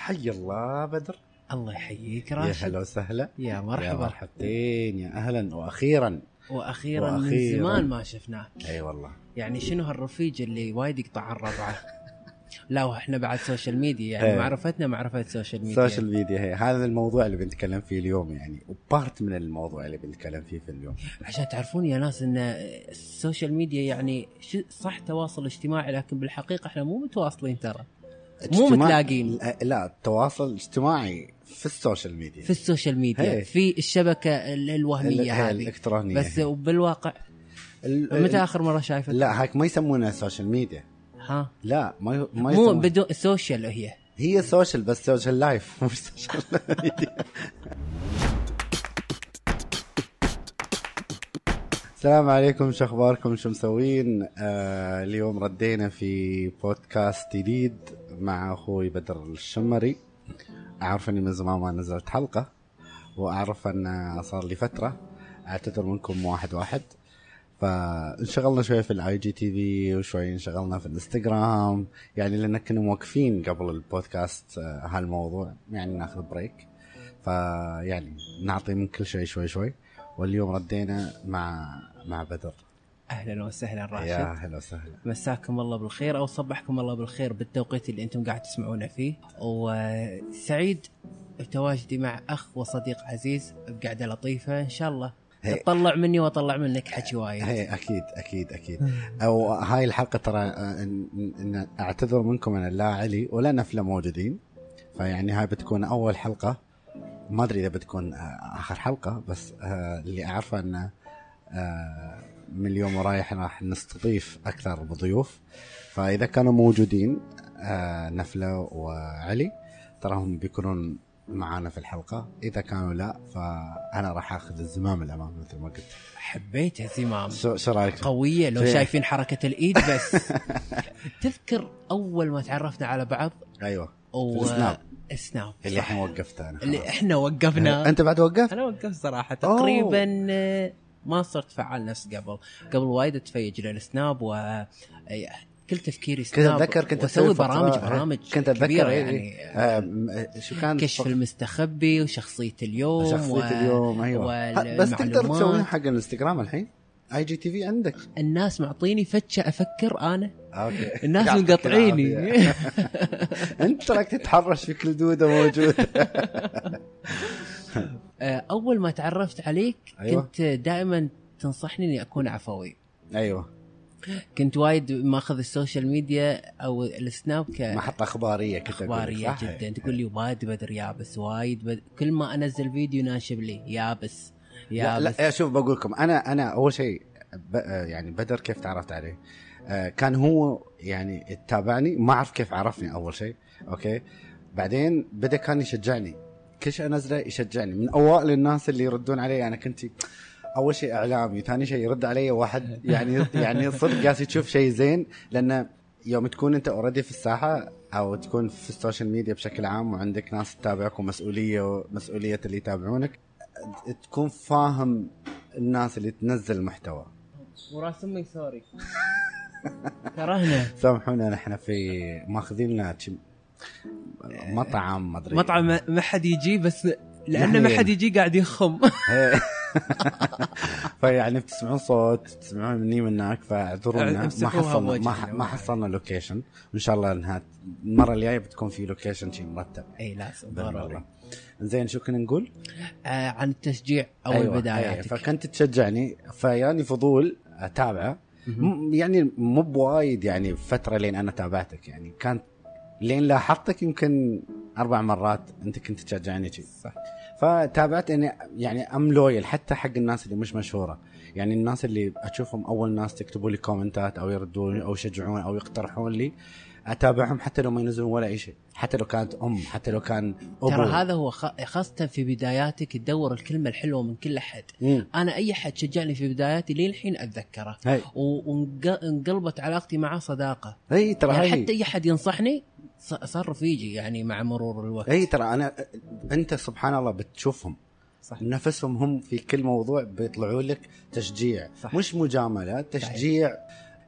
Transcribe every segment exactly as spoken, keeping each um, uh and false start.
حي الله بدر. الله يحييك راشد. يا هلا وسهلا. يا مرحبا. يا مرحبتين يا أهلا وأخيرا وأخيرا, وأخيرا. من زمان ما شفناك. أي والله. يعني شنو هالرفيج اللي وايد يقطع الربعة. لا احنا بعد سوشيال ميديا يعني معرفتنا معرفة سوشيال ميديا. سوشيال ميديا هي هذا الموضوع اللي بنتكلم فيه اليوم يعني، وبارت من الموضوع اللي بنتكلم فيه في اليوم. عشان تعرفون يا ناس ان السوشيال ميديا يعني صح تواصل اجتماعي، لكن بالحقيقة احنا مو متواصلين ترى، مو متلاقين. لا التواصل الاجتماعي في السوشيال ميديا، في السوشيال ميديا هي. في الشبكة الوهمية هذه الإلكترونية بس هي. وبالواقع متى آخر مرة شايفة؟ لا هاك ما يسمونها سوشيال ميديا. ها لا ما ما مو بدون السوشيال. هي هي سوشيال بس سوشيال لايف مش سوشيال ميديا. السلام عليكم، شو اخباركم؟ شو مسوين؟ آه اليوم ردينا في بودكاست جديد مع اخوي بدر الشمري. اعرف اني من زمان ما نزلت حلقة، واعرف ان صار لي فترة اعتذر منكم واحد واحد. فانشغلنا شوية في الاي جي تي في وشوية انشغلنا في الانستغرام، يعني لأن كنا موقفين قبل البودكاست هالموضوع، يعني ناخذ بريك، فيعني نعطي من كل شيء شوي شوي. واليوم ردينا مع مع بدر. اهلا وسهلا راشد. يا اهلا وسهلا. مساكم الله بالخير او صبحكم الله بالخير بالتوقيت اللي انتم قاعد تسمعونا فيه، وسعيد بتواجدي مع اخ وصديق عزيز بقعده لطيفه ان شاء الله. تطلع مني واطلع منك حكي وايد. هي اكيد اكيد اكيد. او هاي الحلقه ترى إن, ان اعتذر منكم انا لا علي ولا نفله موجودين، فيعني هاي بتكون اول حلقه، ما ادري اذا بتكون اخر حلقه، بس اللي اعرفه ان من اليوم ورايح راح نستضيف اكثر بضيوف، فاذا كانوا موجودين نفله وعلي تراهم بيكونون معانا في الحلقة. إذا كانوا لا فأنا راح أخذ الزمام الأمام مثل ما قلت. حبيت الزمام. شو رأيك؟ قوية لو فيه. شايفين حركة الإيد بس. تذكر أول ما تعرفنا على بعض؟ أيوة و... السناب. السناب اللي إحنا وقفته أنا. اللي إحنا وقفنا. أنت بعد وقفت؟ أنا وقفت صراحة تقريبا. أوه. ما صرت فعال نفس قبل قبل وايد أتفيج للسناب و كل تفكيري سناب. كنت أتذكر كنت أسوي برامج برامج كنت أتذكر يعني آه شو كان كشف المستخبي وشخصية اليوم شخصية و... اليوم أيوة. بس تقدر تسويها حق الانستغرام الحين. اي جي تي في عندك. الناس معطيني فتشة أفكر أنا. أوكي. الناس مقطعيني. أنت تراك تتحرش في كل دودة موجود. أول ما تعرفت عليك أيوة. كنت دائما تنصحني إني أكون عفوي. أيوة. كنت وايد ماخذ السوشيال ميديا أو السناب كمحطة أخبارية كده. أخبارية جدا. تقول لي وايد بدر يابس وايد بدر. كل ما أنزل فيديو ناشب لي يابس يابس. لا, لا شوف بقولكم أنا أنا أول شيء يعني بدر كيف تعرفت عليه؟ آه كان هو يعني تتابعني، ما أعرف كيف عرفني أول شيء. أوكي بعدين بدأ كان يشجعني، كل شيء أنزله يشجعني. من أوائل الناس اللي يردون علي أنا كنت أول شيء إعلامي، ثاني شيء يرد علي واحد يعني يعني صدق قاس يشوف شيء زين، لأن يوم تكون أنت أوريدي في الساحة أو تكون في السوشيال ميديا بشكل عام وعندك ناس تتابعك ومسؤولية ومسؤولية اللي يتابعونك، تكون فاهم الناس اللي تنزل محتوى. وراسمي سوري كرهنا سامحونا نحن في ماخذيننا مطعم ما ادري مطعم ما حد يجي، بس لانه ما حد يجي قاعد يخم. فيعني بتسمعون صوت تسمعون مني منك، فاعذرونا ما حصلنا ما, ما حصلنا لوكيشن. وان شاء الله انها المره الجايه بتكون في لوكيشن شيء مرتب. اي لازم ضروري. زين شو كنا نقول؟ آه عن التشجيع او أيوة البدايات. فكنت تشجعني فيعني فضول اتابعه، يعني مو بوايد يعني فتره لين انا تابعتك، يعني كانت لين لاحظتك يمكن اربع مرات انت كنت تشجعني شيء صح. فتابعت اني يعني ام لويل حتى حق الناس اللي مش مشهوره، يعني الناس اللي اشوفهم اول ناس تكتبوا لي كومنتات او يردون او يشجعون او يقترحون لي، اتابعهم حتى لو ما ينزلون ولا اي شيء، حتى لو كانت ام حتى لو كان ابو. ترى هذا هو خاصه في بداياتك تدور الكلمه الحلوه من كل احد. انا اي حد شجعني في بداياتي لين الحين اتذكره، وانقلبت علاقتي معه صداقه. اي ترى يعني حتى اي حد ينصحني صار رفيجي يعني مع مرور الوقت. اي ترى انا انت سبحان الله بتشوفهم صح. نفسهم هم في كل موضوع بيطلعوا لك تشجيع صح. مش مجامله، تشجيع صحيح.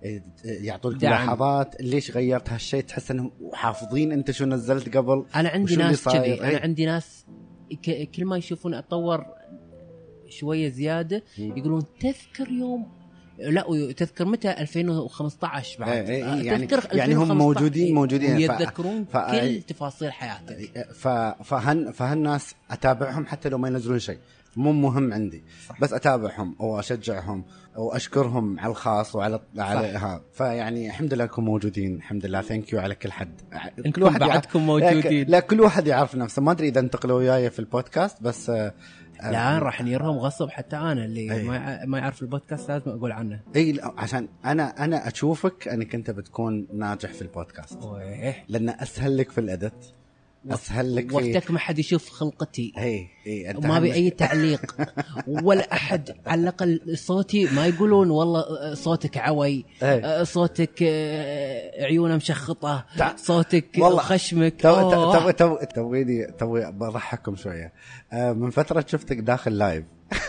يعطوك ملاحظات ليش غيرت هالشيء، تحس انهم حافظين انت شو نزلت قبل. انا عندي ناس كذي، انا عندي ناس كل ما يشوفون اطور شويه زياده يقولون تذكر يوم، لا تذكر متى ألفين وخمسة عشر بعد ايه ايه يعني, تذكر يعني هم موجودين موجودين يتذكرون ف... كل تفاصيل حياتك. ف... فهن فهالناس اتابعهم حتى لو ما ينزلون شيء مو مهم عندي، صح. بس اتابعهم واشجعهم واشكرهم على الخاص وعلى على ها. فيعني الحمد لله انكم موجودين، الحمد لله ثانك يو على كل حد، كل واحد بعدكم موجودين. لا كل واحد يعرف نفسه، ما ادري اذا انتقلوا وياي في البودكاست بس لا راح نيرهم غصب، حتى انا اللي أي. ما ما يعرف البودكاست لازم اقول عنه. اي عشان انا انا اشوفك انك انت بتكون ناجح في البودكاست، لان اسهل لك في الادت، اسهل لك في وقتك ما حد يشوف خلقتي. اي اي ما بي اي تعليق ولا احد علق صوتي، ما يقولون والله صوتك عوي، أي. صوتك عيونه مشخطه، صوتك خشمك. تو تو تويني توي بضحككم شويه. من فتره شفتك داخل لايف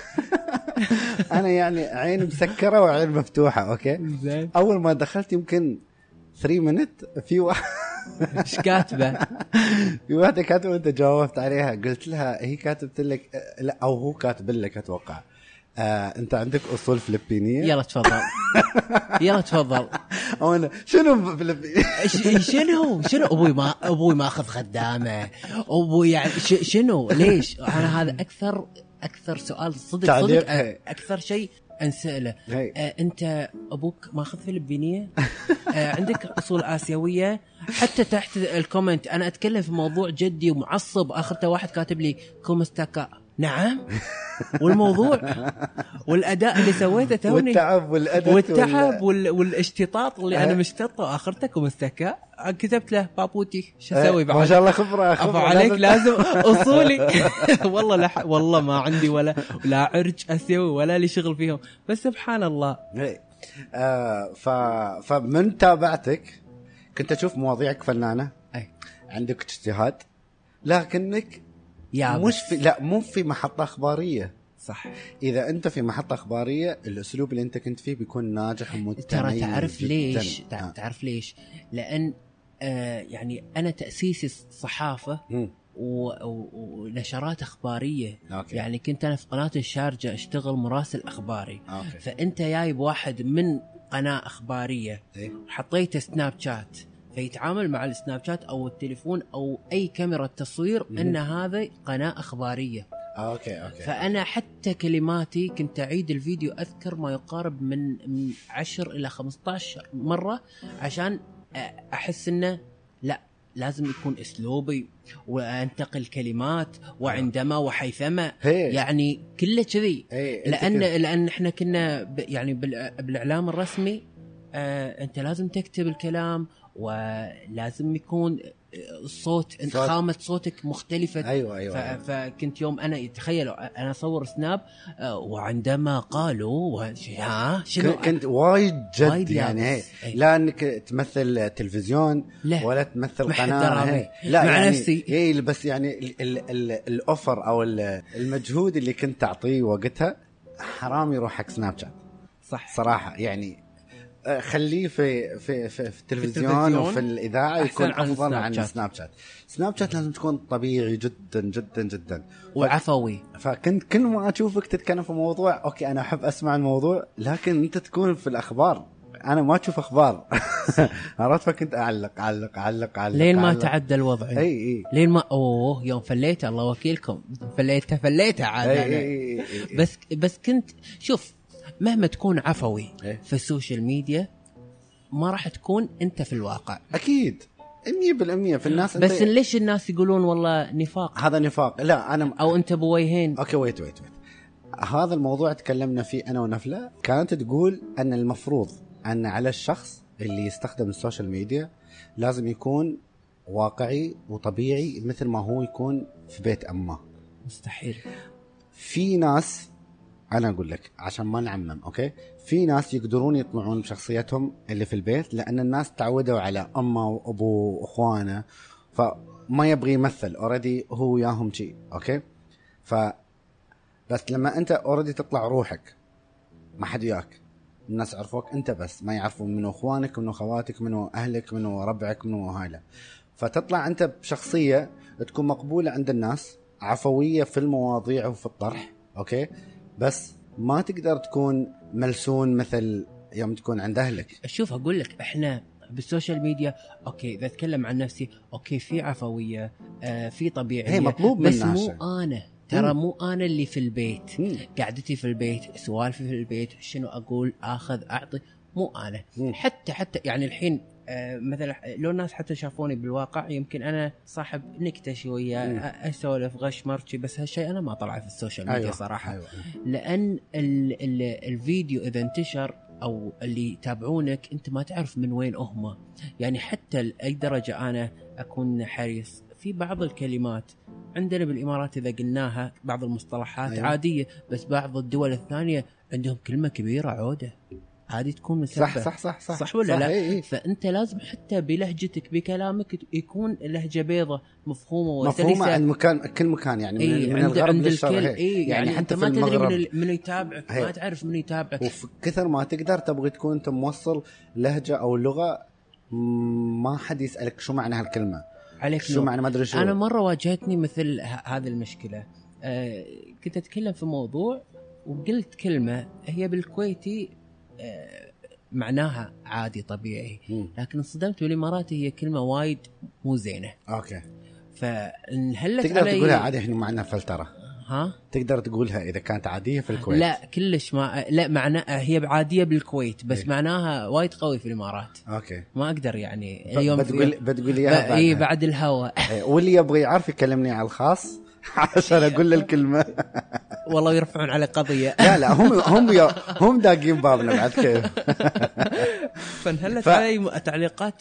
انا يعني عين مسكره وعين مفتوحه اوكي زين. اول ما دخلت يمكن ثلاثة مينت في واحد ايش كاتبه في واحده كاتبه وانت جاوبت عليها، قلت لها هي كاتبت لك لا او هو كاتب لك اتوقع آه، انت عندك اصول فلبينيه. يلا تفضل يلا تفضل. انا شنو فلبيني شنو شنو ابوي ما ابوي ما اخذ خدامه ابوي يعني شنو ليش انا هذا اكثر اكثر سؤال صدق صدق اكثر شيء انسأله. آه انت ابوك ماخذ فلبينيه آه عندك اصول اسيويه. حتى تحت الكومنت انا اتكلم في موضوع جدي ومعصب، اخرته واحد كاتب لي كومستاكا. نعم والموضوع والاداء اللي سويته توني والتعب والاداء والتعب وال... والاشتطاط اللي انا مشتطه اخرته كومستاكا. كتبت له بابوتي شو اسوي بعد؟ ما شاء الله خبره خبره عليك لازم اصولي والله لا والله ما عندي ولا لا عرج اسيوي ولا لي شغل فيهم، بس سبحان الله. آه ف فمن تابعتك كنت اشوف مواضيعك فنانه، أي. عندك اجتهاد، لكنك مش في لا مو في محطه اخباريه. صح. اذا انت في محطه اخباريه الاسلوب اللي انت كنت فيه بيكون ناجح ومتميز. ترى تعرف جداً. ليش آه. تعرف ليش لان آه يعني انا تاسيسي صحافه ونشرات اخباريه. أوكي. يعني كنت انا في قناه الشارجه اشتغل مراسل اخباري. أوكي. فانت جايب واحد من قناه اخباريه إيه؟ حطيته سناب شات فيتعامل مع السناب شات او التليفون او اي كاميرا تصوير ان هذا قناه اخباريه. اوكي اوكي. فانا حتى كلماتي كنت اعيد الفيديو اذكر ما يقارب من من عشر الى خمسة عشر مره عشان احس انه لا لازم يكون اسلوبي وانتقل كلمات وعندما وحيثما يعني كله كذي. لان لان احنا كنا يعني بالاعلام الرسمي آه انت لازم تكتب الكلام ولازم يكون الصوت صوت. خامة صوتك مختلفة. أيوة أيوة, أيوة. فكنت يوم أنا تخيلوا أنا أصور سناب وعندما قالوا ها شنو كنت وايد جد وايد يعني لا أنك تمثل تلفزيون لا. ولا تمثل قناة لا مع يعني نفسي هي بس يعني ال ال ال الأوفر أو المجهود اللي كنت تعطيه وقتها حرام يروح حق سناب شات. صح صراحة يعني خليه في في في, في التلفزيون وفي الإذاعة يكون أفضل عن سناب شات. سناب شات لازم تكون طبيعي جدا جدا جدا وعفوي. فكنت كل ما أشوفك تتكلم في موضوع أوكي أنا أحب أسمع الموضوع لكن أنت تكون في الأخبار أنا ما أشوف أخبار عرفت. فكنت أعلق أعلق أعلق أعلق لين ما تعدى الوضع. أي أي لين ما أوه يوم فليت الله وكيلكم فليته فليته عاد. أي أي أي أي. بس بس كنت شوف مهما تكون عفوي إيه؟ في السوشيال ميديا ما راح تكون انت في الواقع. اكيد مية بالمية في الناس. بس انت... ليش الناس يقولون والله نفاق؟ هذا نفاق. لا انا او انت بويهين. اوكي ويت ويت ويت هذا الموضوع تكلمنا فيه انا ونفلة. كانت تقول ان المفروض ان على الشخص اللي يستخدم السوشيال ميديا لازم يكون واقعي وطبيعي مثل ما هو يكون في بيت امه. مستحيل. في ناس أنا أقول لك عشان ما نعمم أوكي في ناس يقدرون يطلعون بشخصيتهم اللي في البيت لأن الناس تعودوا على أمه وأبوه وأخوانه فما يبغي يمثل أوريدي هو وياهم شيء أوكي. ف بس لما أنت أوريدي تطلع روحك ما حد وياك الناس عرفوك انت بس، ما يعرفوا منو اخوانك منو خواتك منو اهلك منو ربعك منو هايله. فتطلع انت بشخصيه تكون مقبوله عند الناس، عفويه في المواضيع وفي الطرح، اوكي، بس ما تقدر تكون ملسون مثل يوم تكون عند اهلك. شوف اقول لك احنا بالسوشيال ميديا اوكي اذا اتكلم عن نفسي اوكي في عفويه آه في طبيعيه، هي مطلوب بس منا مو شيء. انا ترى مو انا اللي في البيت، مم. قعدتي في البيت، سوالفي في البيت، شنو اقول اخذ اعطي، مو انا. مم. حتى حتى يعني الحين آه مثلا لو الناس حتى شافوني بالواقع يمكن انا صاحب نكته شويه آه اسولف غش مرشي، بس هالشيء انا ما طلع في السوشيال ميديا. أيوة. صراحه أيوة. لان ال ال الفيديو اذا انتشر او اللي يتابعونك انت ما تعرف من وين هم، يعني حتى لاي درجه انا اكون حريص في بعض الكلمات عندنا بالامارات اذا قلناها بعض المصطلحات أيوة. عاديه، بس بعض الدول الثانيه عندهم كلمه كبيره عوده عادي تكون مسبة. صح صح صح صح, صح ولا صح لا؟ إيه. فانت لازم حتى بلهجتك بكلامك يكون لهجه بيضة مفهومه وسلسه، مفهومه عند مكان كل مكان، يعني من, إيه من الغرب للشرق. إيه يعني, يعني حتى ما تدري من من يتابعك، ما تعرف من يتابعك، وفي كثر ما تقدر تبغي تكون انت موصل لهجه او لغه ما حد يسالك شو معنى هالكلمه عليك شو معنى ما ادري شو. انا مره واجهتني مثل هذه المشكله. آه كنت اتكلم في موضوع وقلت كلمه هي بالكويتي آه معناها عادي طبيعي، لكن انصدمت بالاماراتي هي كلمه وايد مو زينه. اوكي، فانهلت تقدر علي. تقولها عادي، احنا معنا فلتره، ها تقدر تقولها اذا كانت عاديه في الكويت. لا كلش ما لا معناها هي عاديه بالكويت، بس إيه؟ معناها وايد قوي في الامارات. اوكي، ما اقدر يعني ب... اليوم بتقول بتقول لي اياها اي بعد الهوا. واللي يبغى يعرف يكلمني على الخاص عشان اقول له الكلمه. والله يرفعون على قضيه. لا لا هم هم هم داقين بابنا بعد كيف. فانهلت ف... علي تعليقات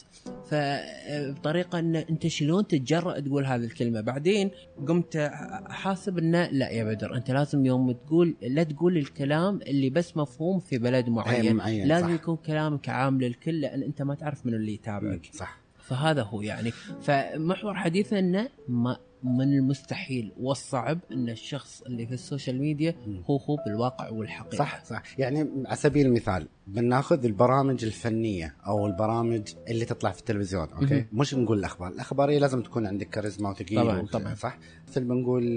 فبطريقه ان انت شلون تتجرأ تقول هذه الكلمه. بعدين قمت احاسب انه لا يا بدر انت لازم يوم تقول لا تقول الكلام اللي بس مفهوم في بلد معين, معين لازم صح. يكون كلامك عام للكل، لان انت ما تعرف من اللي يتابعك. صح. فهذا هو يعني. فمحور حديثنا انه ما من المستحيل والصعب ان الشخص اللي في السوشيال ميديا هو هو بالواقع والحقيقه. صح صح. يعني على سبيل المثال بناخذ البرامج الفنيه او البرامج اللي تطلع في التلفزيون، اوكي م-م. مش نقول الاخبار الاخباريه لازم تكون عندك كاريزما وتقييم طبعا طبعا صح. مثل بنقول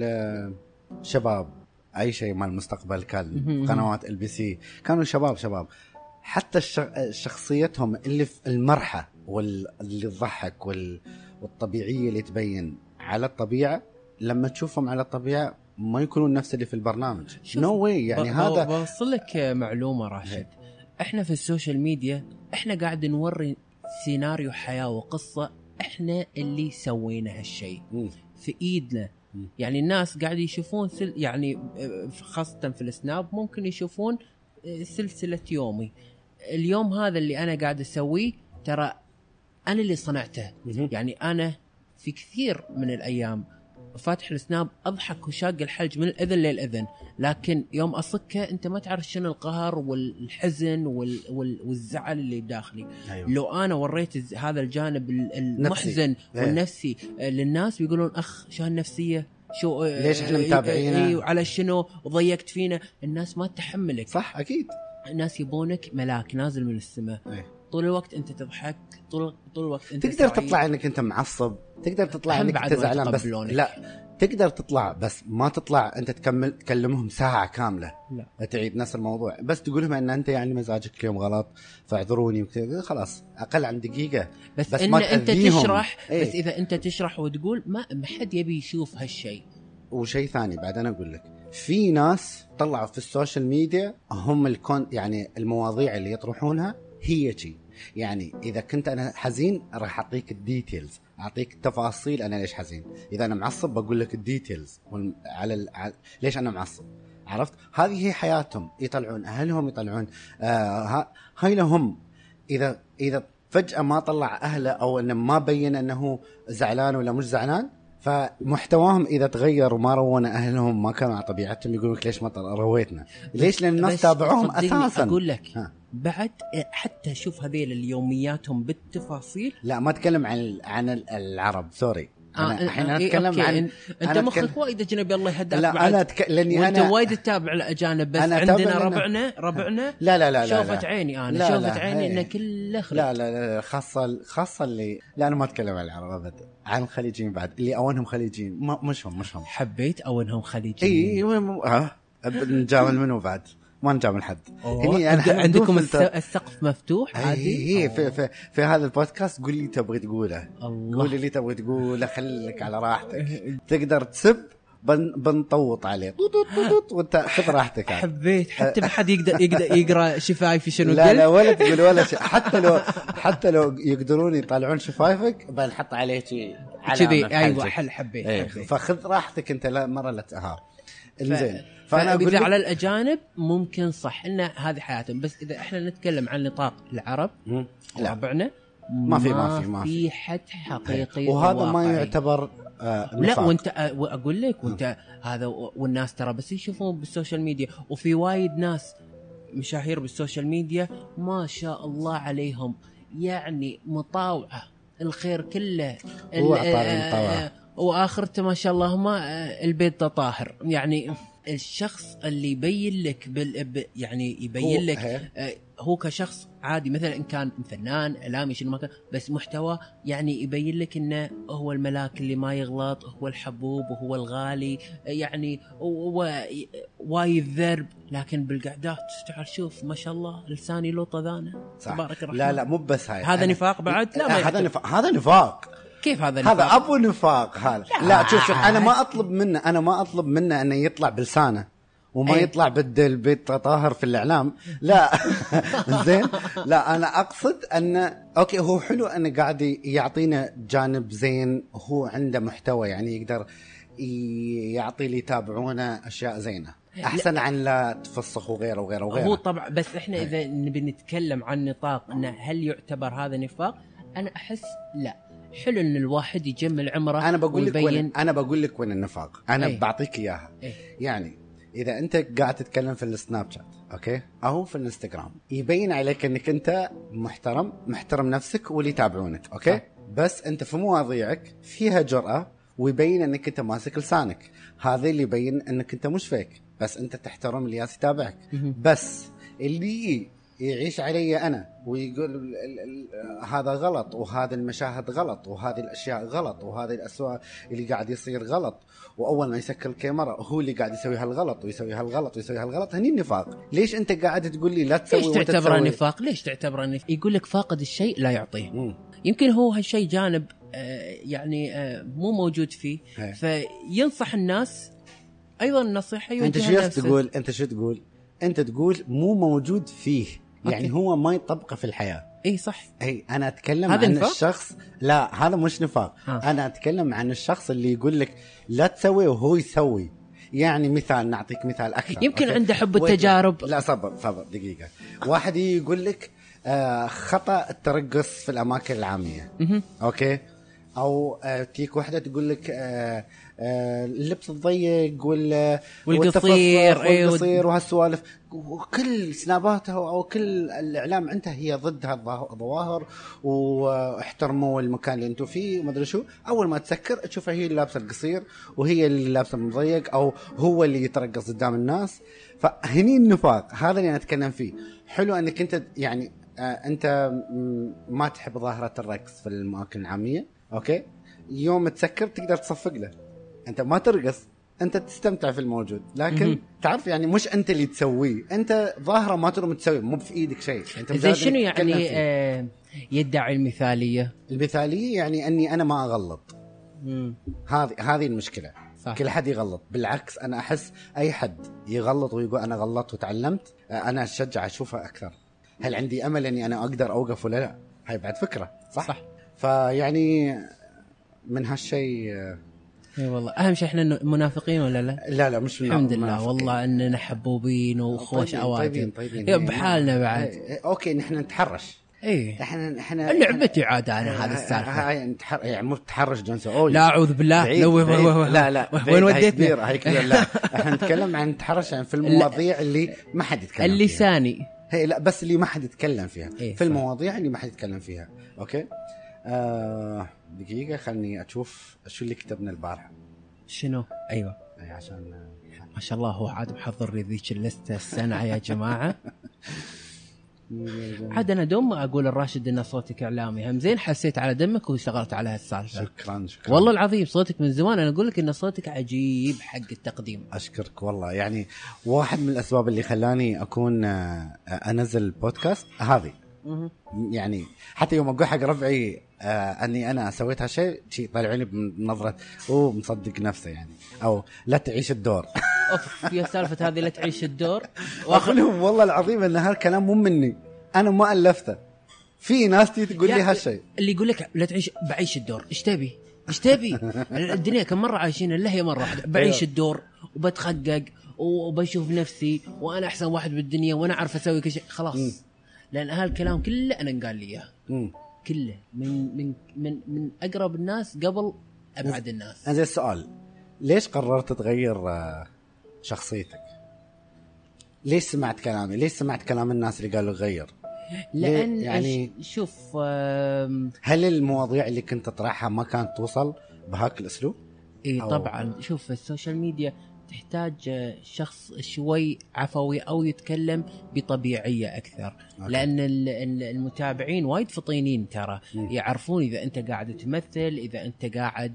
شباب اي شيء مال المستقبل كان قنوات ال بي سي كانوا شباب شباب حتى شخصيتهم اللي في المرحه واللي تضحك وال... والطبيعيه اللي تبين على الطبيعه، لما تشوفهم على الطبيعه ما يكونون نفس اللي في البرنامج. نو no واي يعني. ب... هذا بوصل لك معلومه راشد، احنا في السوشيال ميديا احنا قاعد نوري سيناريو حياه وقصه احنا اللي سوينا هالشيء في ايدنا. م. يعني الناس قاعد يشوفون سل... يعني خاصه في السناب ممكن يشوفون سلسله يومي. اليوم هذا اللي انا قاعد اسويه ترى انا اللي صنعته. م. يعني انا في كثير من الأيام فاتح السناب أضحك وشاق الحلج من الأذن للأذن، لكن يوم أصكه أنت ما تعرف شنو القهر والحزن وال وال والزعل اللي داخلي. أيوة. لو أنا وريت هذا الجانب المحزن نفسي. والنفسي للناس بيقولون أخ شو هالنفسية، شو ليش احنا متابعينه ايه وعلى شنو وضيقت فينا. الناس ما تتحملك. صح أكيد. الناس يبونك ملاك نازل من السماء. أيه. طول الوقت انت تضحك، طول طول الوقت انت تقدر سعيد. تطلع انك انت معصب، تقدر تطلع انك انت زعلان، بس لا تقدر تطلع بس ما تطلع انت تكمل تكلمهم ساعه كامله. لا تعيد نفس الموضوع، بس تقول لهم ان انت يعني مزاجك اليوم غلط فاعذروني وكذا، خلاص اقل عن دقيقه. بس, بس إن ما انت تشرح. ايه؟ بس اذا انت تشرح وتقول ما ما حد يبي يشوف هالشيء. وشيء ثاني بعد انا اقول لك، في ناس طلعوا في السوشيال ميديا هم الكون، يعني المواضيع اللي يطرحونها هي شيء. يعني إذا كنت أنا حزين راح أعطيك الديتيلز، أعطيك التفاصيل أنا ليش حزين. إذا أنا معصب بقول لك الديتيلز على ال... ليش أنا معصب. عرفت؟ هذه هي حياتهم، يطلعون أهلهم يطلعون آه هاي لهم. إذا إذا فجأة ما طلع أهله أو إنه ما بين أنه زعلان ولا مش زعلان، فمحتواهم إذا تغير وما رونا أهلهم ما كانوا على طبيعتهم يقولوا لك ليش ما رويتنا، ليش؟ لأن الناس تابعوهم أساسا. أقول لك ها. بعد حتى شوف هذيل اليومياتهم بالتفاصيل. لا ما أتكلم عن عن العرب، سوري انا الحين آه. اتكلم إيه عن انت مخك وايد اجنبي الله يهداك. لا انا أتك... لاني انا وايد تتابع الاجانب بس عندنا ربعنا ربعنا لا لا لا شوفت لا. عيني انا لا شوفت لا عيني انه كله خليج. لا لا لا خاصه خاصه اللي لا انا ما اتكلم عن العرب ابدا، عن الخليجيين بعد اللي اونهم خليجيين ما مش هم مش هم حبيت اونهم خليجيين. اي ها نجامل منه بعد ما نجامل حد. هني أنا عندكم السقف مفتوح عادي. اي في, في في هذا البودكاست قول لي تبغي تقوله، قول لي تبغي تقوله، خليك على راحتك. تقدر تسب بن بنطوط عليه وانت خذ راحتك. حبيت حتى ما حد يقدر يقدر يقرا شفايفي شنو لا لا ولا تقول ولا شيء. حتى لو حتى لو يقدرون يطلعون شفايفك بنحط عليه شيء كذي. ايوه حل حبيت, ايه. حبيت. فخذ راحتك انت لا مره لا تها انزين. ف... فانا اقول على الاجانب ممكن صح ان هذه حياتهم، بس اذا احنا نتكلم عن نطاق العرب ربعنا ما في ما في ما في حد حقيقي وهذا ما يعتبر آه لا. وانت اقول لك وانت هذا والناس ترى بس يشوفون بالسوشيال ميديا، وفي وايد ناس مشاهير بالسوشيال ميديا ما شاء الله عليهم يعني مطاوعه الخير كله واخرته ما شاء الله ما البيت طاهر. يعني الشخص اللي يبين لك بال يعني يبين لك هي. هو كشخص عادي مثلا ان كان فنان اعلامي شنو ما كان، بس محتوى يعني يبين لك انه هو الملاك اللي ما يغلط، هو الحبوب وهو الغالي يعني هو وايد ذرب، لكن بالقعدات تعال شوف ما شاء الله لساني لو طذانه تبارك الرحمن. لا لا مو بس هاي هذا نفاق بعد. لا هذا نفاق هذا نفاق كيف هذا نفاق؟ هذا ابو نفاق هذا. لا, لا شوف شوف انا ما اطلب منه انا ما اطلب منه انه يطلع بلسانه وما أي. يطلع بدل بيت طاهر في الاعلام لا زين. لا انا اقصد ان اوكي هو حلو انه قاعد يعطينا جانب زين، هو عنده محتوى يعني يقدر يعطي اللي يتابعونه اشياء زينه احسن لا. عن لا تفسخ وغيره وغيره وغيره. هو طبعا بس احنا اذا نبي نتكلم عن نطاق انه هل يعتبر هذا نفاق، انا احس لا. حلو ان الواحد يجمل عمره. انا بقول لك وين انا بقول لك وين النفاق. انا أي. بعطيك اياها. أي. يعني اذا انت قاعد تتكلم في السناب شات اوكي او في الانستغرام يبين عليك انك انت محترم محترم نفسك واللي يتابعونك اوكي صح. بس انت في مواضيعك فيها جرأة ويبين انك انت ماسك لسانك، هذا اللي يبين انك انت مش فيك، بس انت تحترم اللي يتابعك. بس اللي يعيش علي أنا ويقول هذا غلط وهذا المشاهد غلط وهذه الأشياء غلط وهذه الأسواق اللي قاعد يصير غلط، وأول ما يسكر الكاميرا هو اللي قاعد يسوي هالغلط ويسوي هالغلط ويسوي هالغلط. هني النفاق. ليش أنت قاعد تقول لي لا تسوي؟ ليش تعتبره نفاق؟ ليش تعتبره نفاق؟ يقول لك فاقد الشيء لا يعطيه. مم. يمكن هو هالشيء جانب آه يعني آه مو موجود فيه هي. فينصح الناس أيضا النصيحة. أنت شو تقول؟ أنت شو تقول؟ أنت تقول مو موجود فيه يعني أوكي. هو ما يطبقه في الحياة. اي صح. اي انا اتكلم عن نفاق؟ الشخص لا هذا مش نفاق. ها. انا اتكلم عن الشخص اللي يقول لك لا تسوي وهو يسوي. يعني مثال نعطيك مثال اكثر. يمكن أوكي. عنده حب التجارب. لا صبر صبر دقيقة. واحد يقول لك آه خطأ الترقص في الاماكن العامية. اوكي او آه تيك واحدة تقول لك آه آه اللبس الضيق وال والقصير والقصير وهالسوالف، وكل سناباتها او كل الاعلام عندها هي ضد هالظواهر واحترموا المكان اللي انتم فيه وما ادري شو. اول ما تسكر تشوفها هي اللي لابسه القصير وهي اللي لابسه المضيق او هو اللي يترقص قدام الناس. فهني النفاق هذا اللي انا اتكلم فيه. حلو انك انت يعني آه انت ما تحب ظاهره الرقص في الاماكن العاميه اوكي، يوم تسكر تقدر تصفق له، انت ما ترقص انت تستمتع في الموجود، لكن م-م. تعرف يعني مش انت اللي تسويه، انت ظاهره ما تقدر تسويه، مو في ايدك شيء. انت زي شنو يعني آه يدعي المثاليه؟ المثاليه يعني اني انا ما اغلط. هذه هذه المشكله صح. كل حد يغلط، بالعكس انا احس اي حد يغلط ويقول انا غلطت وتعلمت انا اشجع اشوفه اكثر. هل عندي امل اني انا اقدر اوقف ولا لا؟ هاي بعد فكره صح, صح. فيعني من هالشيء اي والله اهم شيء احنا منافقين ولا لا؟ لا لا مش الحمد لله منافقين. والله اننا حبوبين واخوش عوادل طيبين طيبين بحالنا بعد. اي اوكي نحن نتحرش. ايه احنا احنا لعبتي عاد انا هذا السالفه. هاي نتحر يعني مو تحرش جنس اوي. لا اعوذ بالله. لو لا لا وين وديتنا؟ هاي كبير. لا احنا نتكلم عن تحرش يعني في المواضيع اللي ما حد يتكلم اللساني فيها. هي لا بس اللي ما حد يتكلم فيها إيه في المواضيع اللي ما حد يتكلم فيها اوكي. آه دقيقة خلني أشوف شو اللي كتبنا البارحة. شنو؟ أيوة أي عشان ما شاء الله هو عاد محضر لي ذيك اللستة السنة يا جماعة. عاد أنا دوم أقول الراشد إن صوتك إعلامي، هم زين حسيت على دمك واشتغلت على هالسالفة. شكرا شكرا والله العظيم صوتك من زمان أنا أقول لك إن صوتك عجيب حق التقديم. أشكرك والله. يعني واحد من الأسباب اللي خلاني أكون أنزل بودكاست هذه، يعني حتى يوم أقول حق ربعي آه أني أنا سويت هالشيء شيء طلعوني بنظرة أوه مصدق نفسه يعني، أو لا تعيش الدور. أوف يا سالفة هذه لا تعيش الدور. وأقول لهم والله العظيم أن هالكلام مو مني، أنا ما ألفته، في ناس تيجي تقول لي هالشيء. اللي يقول لك لا تعيش بعيش الدور، إيش تبي إيش تبي؟ الدنيا كم مرة عايشين الله هي مرة واحدة. بعيش الدور وبتخقق وبشوف نفسي وأنا أحسن واحد بالدنيا وأنا أعرف أسوي كل شيء خلاص. م. لأن هالكلام كله أنا قال لي إياه كله من من من من أقرب الناس قبل أبعد الناس. هذا السؤال، ليش قررت تغير شخصيتك؟ ليش سمعت كلامي؟ ليش سمعت كلام الناس اللي قالوا غير؟ لأن يعني شوف هل المواضيع اللي كنت تطرحها ما كانت توصل بهاك الأسلوب؟ إيه طبعا. شوف السوشيال ميديا تحتاج شخص شوي عفوي أو يتكلم بطبيعية أكثر. أوكي. لأن المتابعين وايد فطينين ترى م. يعرفون إذا أنت قاعد تمثل، إذا أنت قاعد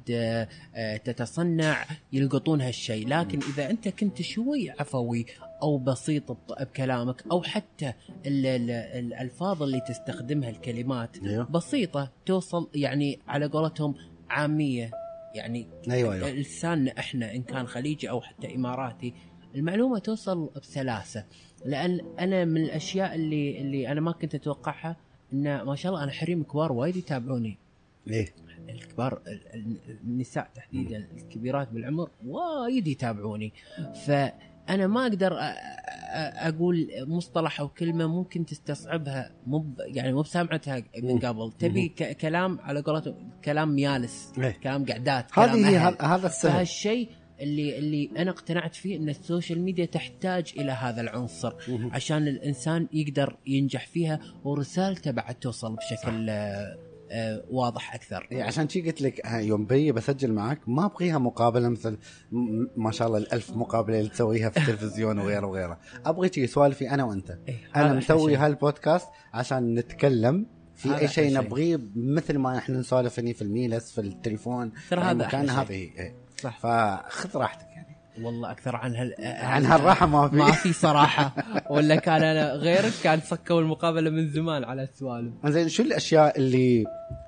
تتصنع، يلقطون هالشيء. لكن م. إذا أنت كنت شوي عفوي أو بسيط بكلامك، أو حتى الألفاظ اللي تستخدمها الكلمات أيوه. بسيطة توصل يعني على قولتهم عامية، يعني أيوة أيوة. لساننا احنا ان كان خليجي او حتى اماراتي المعلومه توصل بسلاسه. لان انا من الاشياء اللي اللي انا ما كنت اتوقعها ان ما شاء الله انا حريم كبار وايد يتابعوني. ليه الكبار النساء تحديدا الكبيرات بالعمر وايد يتابعوني. فانا ما اقدر اقول مصطلح او كلمه ممكن تستصعبها، مو يعني مو بسامعتها من قبل، تبي كلام على قولته كلام ميالس، كلام قعدات، هذه هذا السهل. فهالشيء اللي اللي انا اقتنعت فيه ان السوشيال ميديا تحتاج الى هذا العنصر عشان الانسان يقدر ينجح فيها ورسالته بعد توصل بشكل آه واضح اكثر. يعني عشان شي قلت لك يوم بي بسجل معك ما ابغيها مقابله مثل ما شاء الله الألف مقابله اللي تسويها في التلفزيون وغيره وغيره. ابغي شي سوالفي انا وانت. إيه انا مسوي هالبودكاست عشان نتكلم في اي شيء نبغيه مثل ما احنا نسولف هني في الميلس في التليفون ترى هذا كان هذا إيه. صح. فخذ راحتك يعني. والله اكثر عن هال عن هالراحه ما في ما في صراحه. ولا كان انا غيرك كان سكوا المقابله من زمان على السوالف. زين شو الاشياء اللي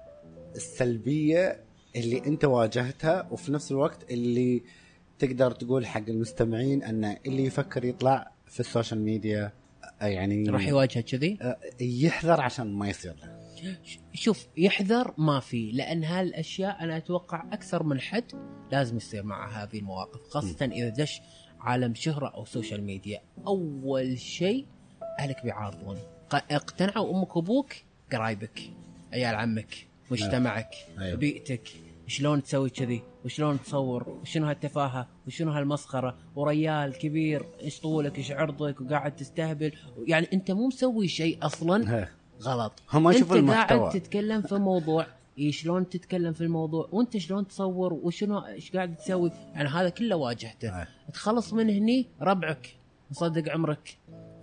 السلبيه اللي انت واجهتها وفي نفس الوقت اللي تقدر تقول حق المستمعين ان اللي يفكر يطلع في السوشيال ميديا يعني راح يواجه كذي يحذر عشان ما يصير له؟ شوف يحذر ما في، لأن هالأشياء أنا أتوقع أكثر من حد لازم يصير مع هذه المواقف، خاصة م. إذا دش عالم شهرة أو سوشيال ميديا. أول شيء أهلك بيعارضون، اقتنعوا أمك وأبوك، قرايبك، عيال عمك، مجتمعك، أيوه. بيئتك، شلون تسوي كذي وشلون تصور وشنو هالتفاهة وشنو هالمسخرة، وريال كبير ايش طولك ايش عرضك وقاعد تستهبل، يعني أنت مو مسوي شيء أصلا هي. غلط. هم يشوفوا انت المحتوى. قاعد تتكلم في موضوع إيه شلون تتكلم في الموضوع وانت شلون تصور وشنو ايش قاعد تسوي، يعني هذا كله واجهته. هاي. تخلص من هني ربعك مصدق عمرك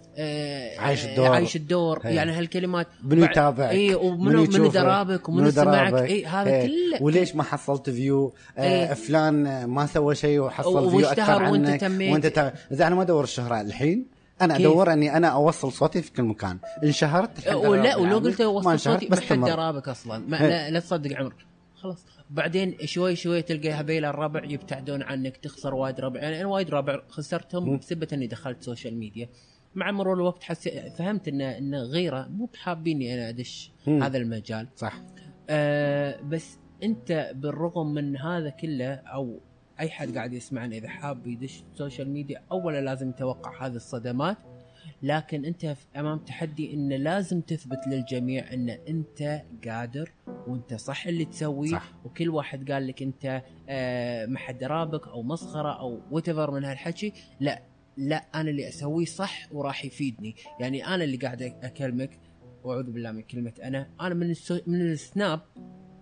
آه عايش الدور عايش الدور هي. يعني هالكلمات منو يتابعك اي ومنو منو درابك ومنو سمعك اي هذا هي. كله وليش ما حصلت فيو آه فلان ما سوى شيء وحصل فيو اكثر عنك وانت تا... اذا انا ما ادور الشهرة الحين انا كيف؟ ادور اني انا اوصل صوتي في كل مكان. انشهرت ولا ولو قلت اوصل صوتي ما حد درابك اصلا ما لا, لا تصدق عمر خلاص. بعدين شوي شوي تلقى هبيل الربع يبتعدون عنك، تخسر وايد ربع. يعني انا وايد ربع خسرتهم بسبب اني دخلت سوشيال ميديا. مع مرور الوقت حس... فهمت ان ان غيره مو بحابيني انا ادش م. هذا المجال صح. آه بس انت بالرغم من هذا كله او اي حد قاعد يسمعنا اذا حاب يدش السوشيال ميديا اولا لازم يتوقع هذه الصدمات، لكن انت امام تحدي ان لازم تثبت للجميع ان انت قادر وانت صح اللي تسويه صح. وكل واحد قال لك انت آه ما حد رابك او مسخره او واتيفر من هالحكي، لا لا انا اللي اسويه صح وراح يفيدني. يعني انا اللي قاعد اكلمك واعوذ بالله من كلمه انا انا من السو... من السناب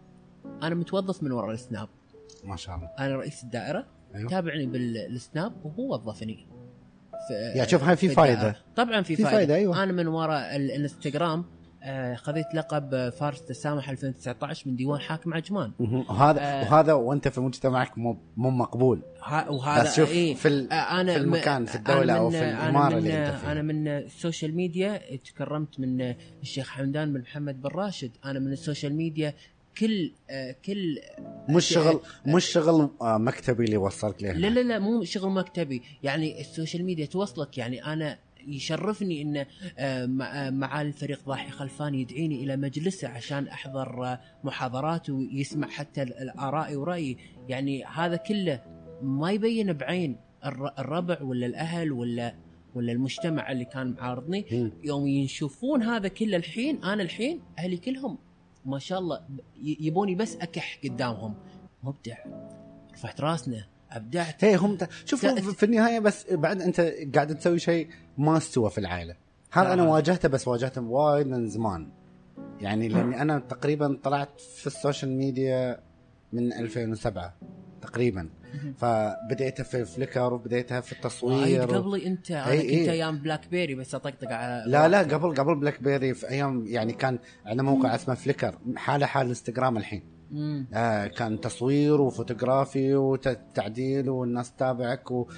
انا متوظف من وراء السناب. ما شاء الله. انا رئيس الدائره. أيوه. تابعني بالسناب وهو وظفني. يا شوف هاي في فائده. طبعا في, في فائده, فايدة. أيوة. انا من وراء الانستغرام آه خذيت لقب فارس تسامح ألفين وتسعة عشر من ديوان حاكم عجمان. وهذا آه وهذا وانت في مجتمعك مو مو مقبول. وهذا شوف إيه في, آه أنا في المكان في الدوله او في الاماره اللي انت فيها. انا من السوشيال ميديا تكرمت من الشيخ حمدان بن محمد بن راشد. انا من السوشيال ميديا كل آه كل مش شغل مش شغل آه مكتبي اللي وصلك له. لا لا لا مو شغل مكتبي، يعني السوشيال ميديا توصلك. يعني انا يشرفني ان مع الفريق ضاحي خلفاني يدعيني الى مجلسه عشان احضر محاضرات ويسمع حتى الآراء ورأيي. يعني هذا كله ما يبين بعين الربع ولا الاهل ولا ولا المجتمع اللي كان معارضني. يوم يشوفون هذا كله الحين انا الحين اهلي كلهم ما شاء الله يبوني بس اكح قدامهم. مبدع، رفعت راسنا، ابدعت. هي هم شوفوا في النهايه بس بعد انت قاعد تسوي شيء ما استوى في العائله. هذا انا واجهته، بس واجهته وايد من زمان يعني، لاني انا تقريبا طلعت في السوشيال ميديا من ألفين وسبعة تقريبا. فبديتها في فليكر وبديتها في التصوير قبل انت. انا كنت إيه. ايام بلاك بيري بس اطقطق على لا لا قبل قبل بلاك بيري في ايام يعني كان عندنا موقع اسمه فليكر حاله حال الانستغرام الحين. آه كان تصوير وفوتوغرافي وتعديل والناس تتابعك و...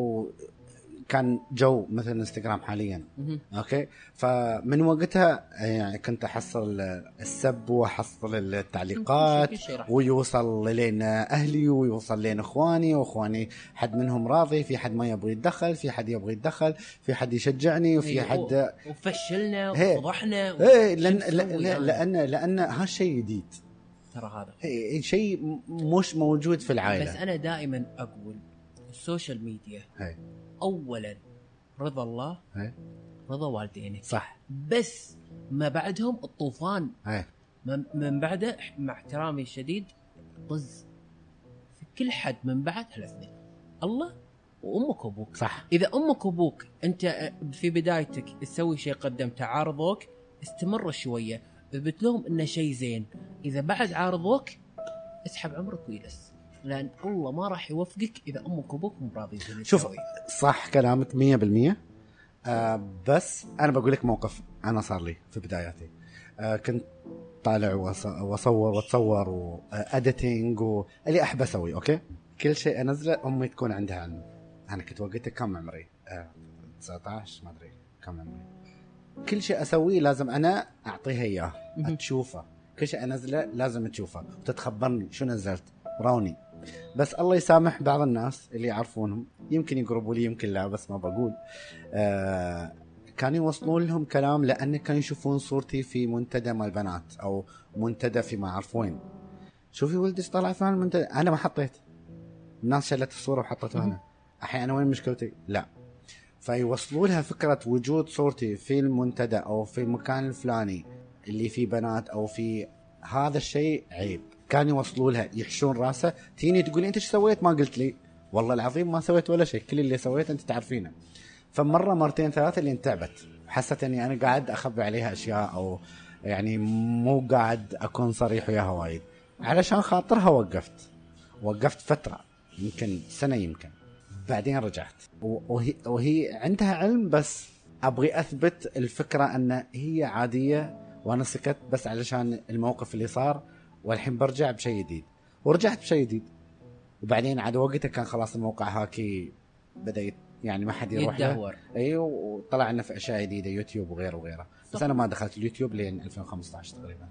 وكان جو مثل الانستغرام حاليا. مم. اوكي، فمن وقتها يعني كنت احصل السب واحصل التعليقات ويوصل لنا اهلي ويوصل لنا اخواني، واخواني حد منهم راضي، في حد ما يبغى يتدخل، في حد يبغى يتدخل، في حد يشجعني وفي حد وفشلنا وفضحنا ايه لان لان لان لان هالشيء جديد ترى. هذا إيه شيء مش موجود في العائله. بس انا دائما اقول السوشيال ميديا هي. اولا رضا الله هي. رضا والدينك صح، بس ما بعدهم الطوفان هي. من بعده مع احترامي الشديد طز في كل حد من بعد هالاثنين، الله وامك وابوك. صح، اذا امك وابوك انت في بدايتك تسوي شيء قدمت عارضوك استمر شويه اثبت لهم انه شيء زين، اذا بعد عارضوك اسحب عمرك ويلس، لان الله ما راح يوفقك اذا امك وابوك مو راضيين. شوف صح كلامك مية بالمية. آه بس انا بقول لك موقف انا صار لي في بداياتي. آه كنت طالع واصور واتصور واديتنج واللي احب اسوي. اوكي، كل شيء انزله امي تكون عندها علم. انا كنت وقتها كم عمري؟ آه تسعة عشر ما ادري كم عمري. كل شيء اسويه لازم انا اعطيها اياه تشوفه، كل شيء انزله لازم تشوفه وتتخبرني شو نزلت راوني. بس الله يسامح بعض الناس اللي يعرفونهم يمكن يقربوا لي يمكن لا، بس ما بقول. آه كانوا يوصلون لهم كلام لأن كانوا يشوفون صورتي في منتدى مال البنات أو منتدى في ما أعرف وين. شوفي ولدي طلع في المنتدى، أنا ما حطيت، الناس شلت الصورة وحطتها هنا. أحيانا وين مشكلتي؟ لا. فيوصلوا لها فكرة وجود صورتي في المنتدى أو في المكان الفلاني اللي فيه بنات أو في هذا الشيء عيب. كان يوصلوا لها يحشون راسه، تيني تقولي أنت شو سويت؟ ما قلت لي. والله العظيم ما سويت ولا شيء، كل اللي سويت أنت تعرفينه. فمرة مرتين ثلاثة اللي انتعبت، حست أني أنا قاعد أخبي عليها أشياء أو يعني مو قاعد أكون صريح وياها وايد. علشان خاطرها وقفت وقفت فترة يمكن سنة يمكن، بعدين رجعت وهي, وهي عندها علم، بس أبغي أثبت الفكرة أن هي عادية وأنا سكت بس علشان الموقف اللي صار، والحين برجع بشيء جديد. ورجعت بشيء جديد، وبعدين عاد وقتها كان خلاص الموقع هاكي بدأ يعني ما حد يروح له. ايوه، وطلعنا في اشياء جديده يوتيوب وغيره وغيره. بس انا ما دخلت اليوتيوب لين ألفين وخمسة عشر تقريبا.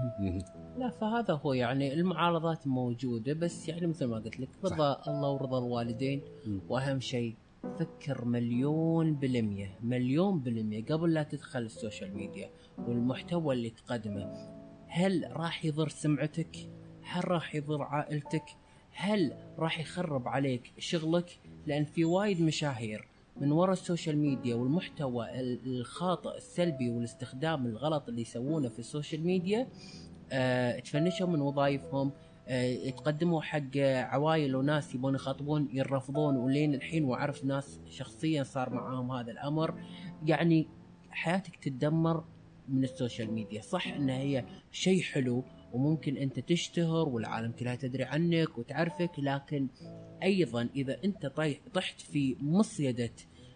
لا فهذا هو يعني المعارضات موجوده، بس يعني مثل ما قلت لك رضا الله ورضا الوالدين. مم. واهم شيء فكر مليون بالمية مليون بالمية قبل لا تدخل السوشيال ميديا والمحتوى اللي تقدمه، هل راح يضر سمعتك؟ هل راح يضر عائلتك؟ هل راح يخرب عليك شغلك؟ لأن في وايد مشاهير من وراء السوشيال ميديا والمحتوى الخاطئ السلبي والاستخدام الغلط اللي يسوونه في السوشيال ميديا اه تفنشوا من وظائفهم، اه يتقدموا حق عوائل وناس يبون يخاطبون يرفضون، ولين الحين وعرف ناس شخصيا صار معاهم هذا الأمر. يعني حياتك تتدمر من السوشيال ميديا. صح إنها هي شيء حلو وممكن انت تشتهر والعالم كلها تدري عنك وتعرفك، لكن ايضا اذا انت طحت في مصيدة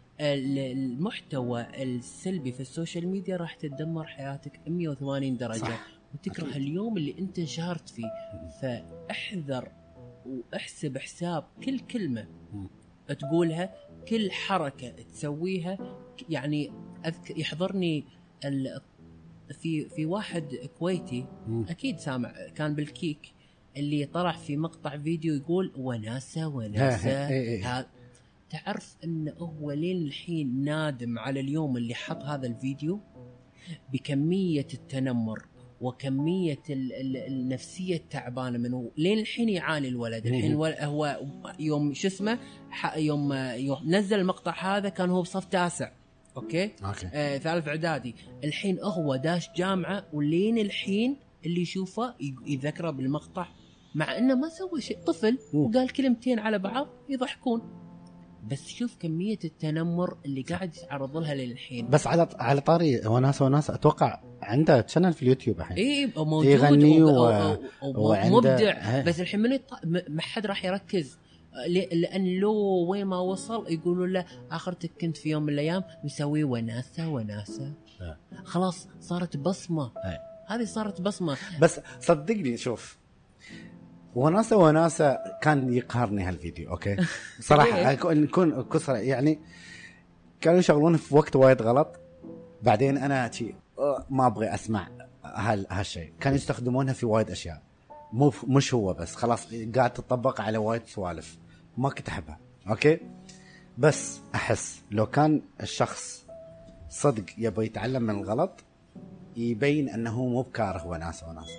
المحتوى السلبي في السوشيال ميديا راح تدمر حياتك مية وثمانين درجة. صح. وتكره أكيد. اليوم اللي انت انشهرت فيه. فاحذر واحسب حساب كل كلمة م. تقولها، كل حركة تسويها. يعني أذكر يحضرني في في واحد كويتي م. أكيد سامع، كان بالكيك اللي طلع في مقطع فيديو يقول وناسة وناسة. تعرف أنه هو لين الحين نادم على اليوم اللي حط هذا الفيديو بكمية التنمر وكمية النفسية التعبانة منه. لين الحين يعاني الولد. الحين هو يوم شو اسمه يوم يوم نزل المقطع هذا كان هو بصف تاسع، أوكي, أوكي. آه ثالث إعدادي. الحين هو داش جامعة، ولين الحين اللي يشوفه يذكره بالمقطع، مع إنه ما سوى شيء. طفل وقال كلمتين على بعض يضحكون، بس شوف كمية التنمر اللي قاعد يتعرض لها للحين. بس على على طاري وناس وناس أتوقع عنده شانل في اليوتيوب الحين. إيه موجود يغني و... ومبدع. بس الحين من يط... ما حد راح يركز، لأن لو وين ما وصل يقولوا له آخرتك كنت في يوم من الأيام مسوي وناسة وناسة. خلاص صارت بصمة. هذه صارت بصمة. بس صدقني شوف، وناسة وناسة كان يقهرني هالفيديو. أوكي صراحة نكون كسر يعني، كانوا يشغلونه في وقت وايد غلط. بعدين أنا شيء ما أبغى أسمع هال هالشيء. كانوا يستخدمونها في وايد أشياء، مو مش هو بس، خلاص قاعد تطبق على وايد سوالف ما كنت أحبها. أوكي بس أحس لو كان الشخص صدق يبغى يتعلم من الغلط يبين أنه مو بكاره وناسة وناسة.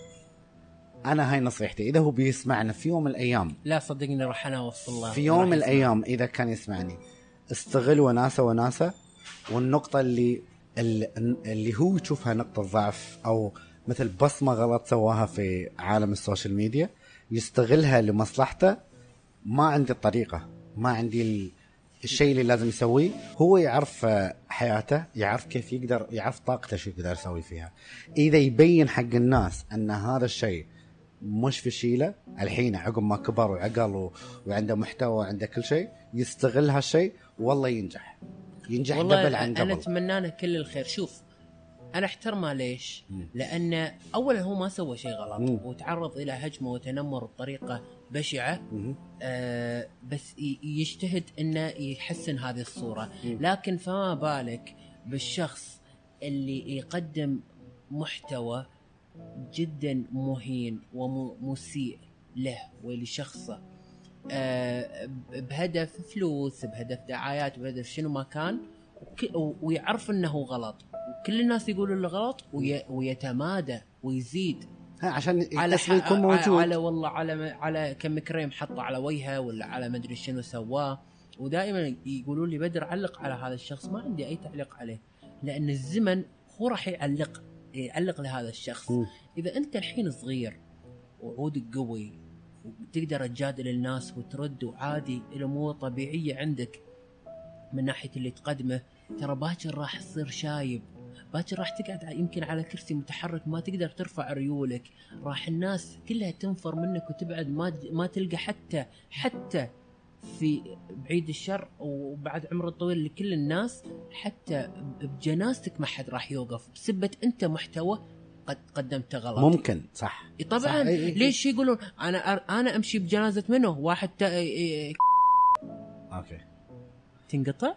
أنا هاي نصيحتي. إذا هو بيسمعنا في يوم من الأيام، لا صدقني راح أنا أوصل الله في يوم من الأيام إذا كان يسمعني، استغل وناسة وناسة. والنقطة اللي اللي هو يشوفها نقطة ضعف أو مثل بصمة غلط سواها في عالم السوشيال ميديا، يستغلها لمصلحته. ما عندي الطريقة، ما عندي الشيء اللي لازم يسويه. هو يعرف حياته، يعرف كيف يقدر، يعرف طاقته شو يقدر يسوي فيها. إذا يبين حق الناس أن هذا الشيء مش في شيله الحين عقب ما كبر وعقل وعنده محتوى وعنده كل شيء، يستغل هالشيء والله ينجح ينجح قبل عن قبل. أنا أتمنى له كل الخير. شوف أنا احترمه ليش؟ لأن أولا هو ما سوى شيء غلط مم. وتعرض إلى هجمة وتنمر بطريقة بشعة. آه بس يجتهد إنه يحسن هذه الصورة. مم. لكن فما بالك بالشخص اللي يقدم محتوى جدا مهين ومسيء له ولشخصه، آه بهدف فلوس، بهدف دعايات، بهدف شنو ما كان، ويعرف انه غلط وكل الناس يقولوا له غلط ويتمادى ويزيد عشان على يكون موجود، على والله على على كم كريم حطه على وجهه ولا على مدري شنو سواه. ودائما يقولوا لي بدر علق على هذا الشخص. ما عندي اي تعليق عليه، لان الزمن هو راح يعلق يعلق لهذا الشخص. م. اذا انت الحين صغير وعودك قوي وتقدر تجادل الناس وترد وعادي، الامور طبيعيه عندك من ناحيه اللي تقدمه، ترى باكر راح تصير شايب، باكر راح تقعد يمكن على كرسي متحرك ما تقدر ترفع ريولك، راح الناس كلها تنفر منك وتبعد، ما ما تلقى حتى حتى في بعيد الشر وبعد عمر الطويل لكل الناس، حتى بجنازتك ما حد راح يوقف بسبة انت محتوى قد قدمته غلط. ممكن صح طبعا صح. ليش يقولون انا انا امشي بجنازة منه واحد تا... اوكي تنقطع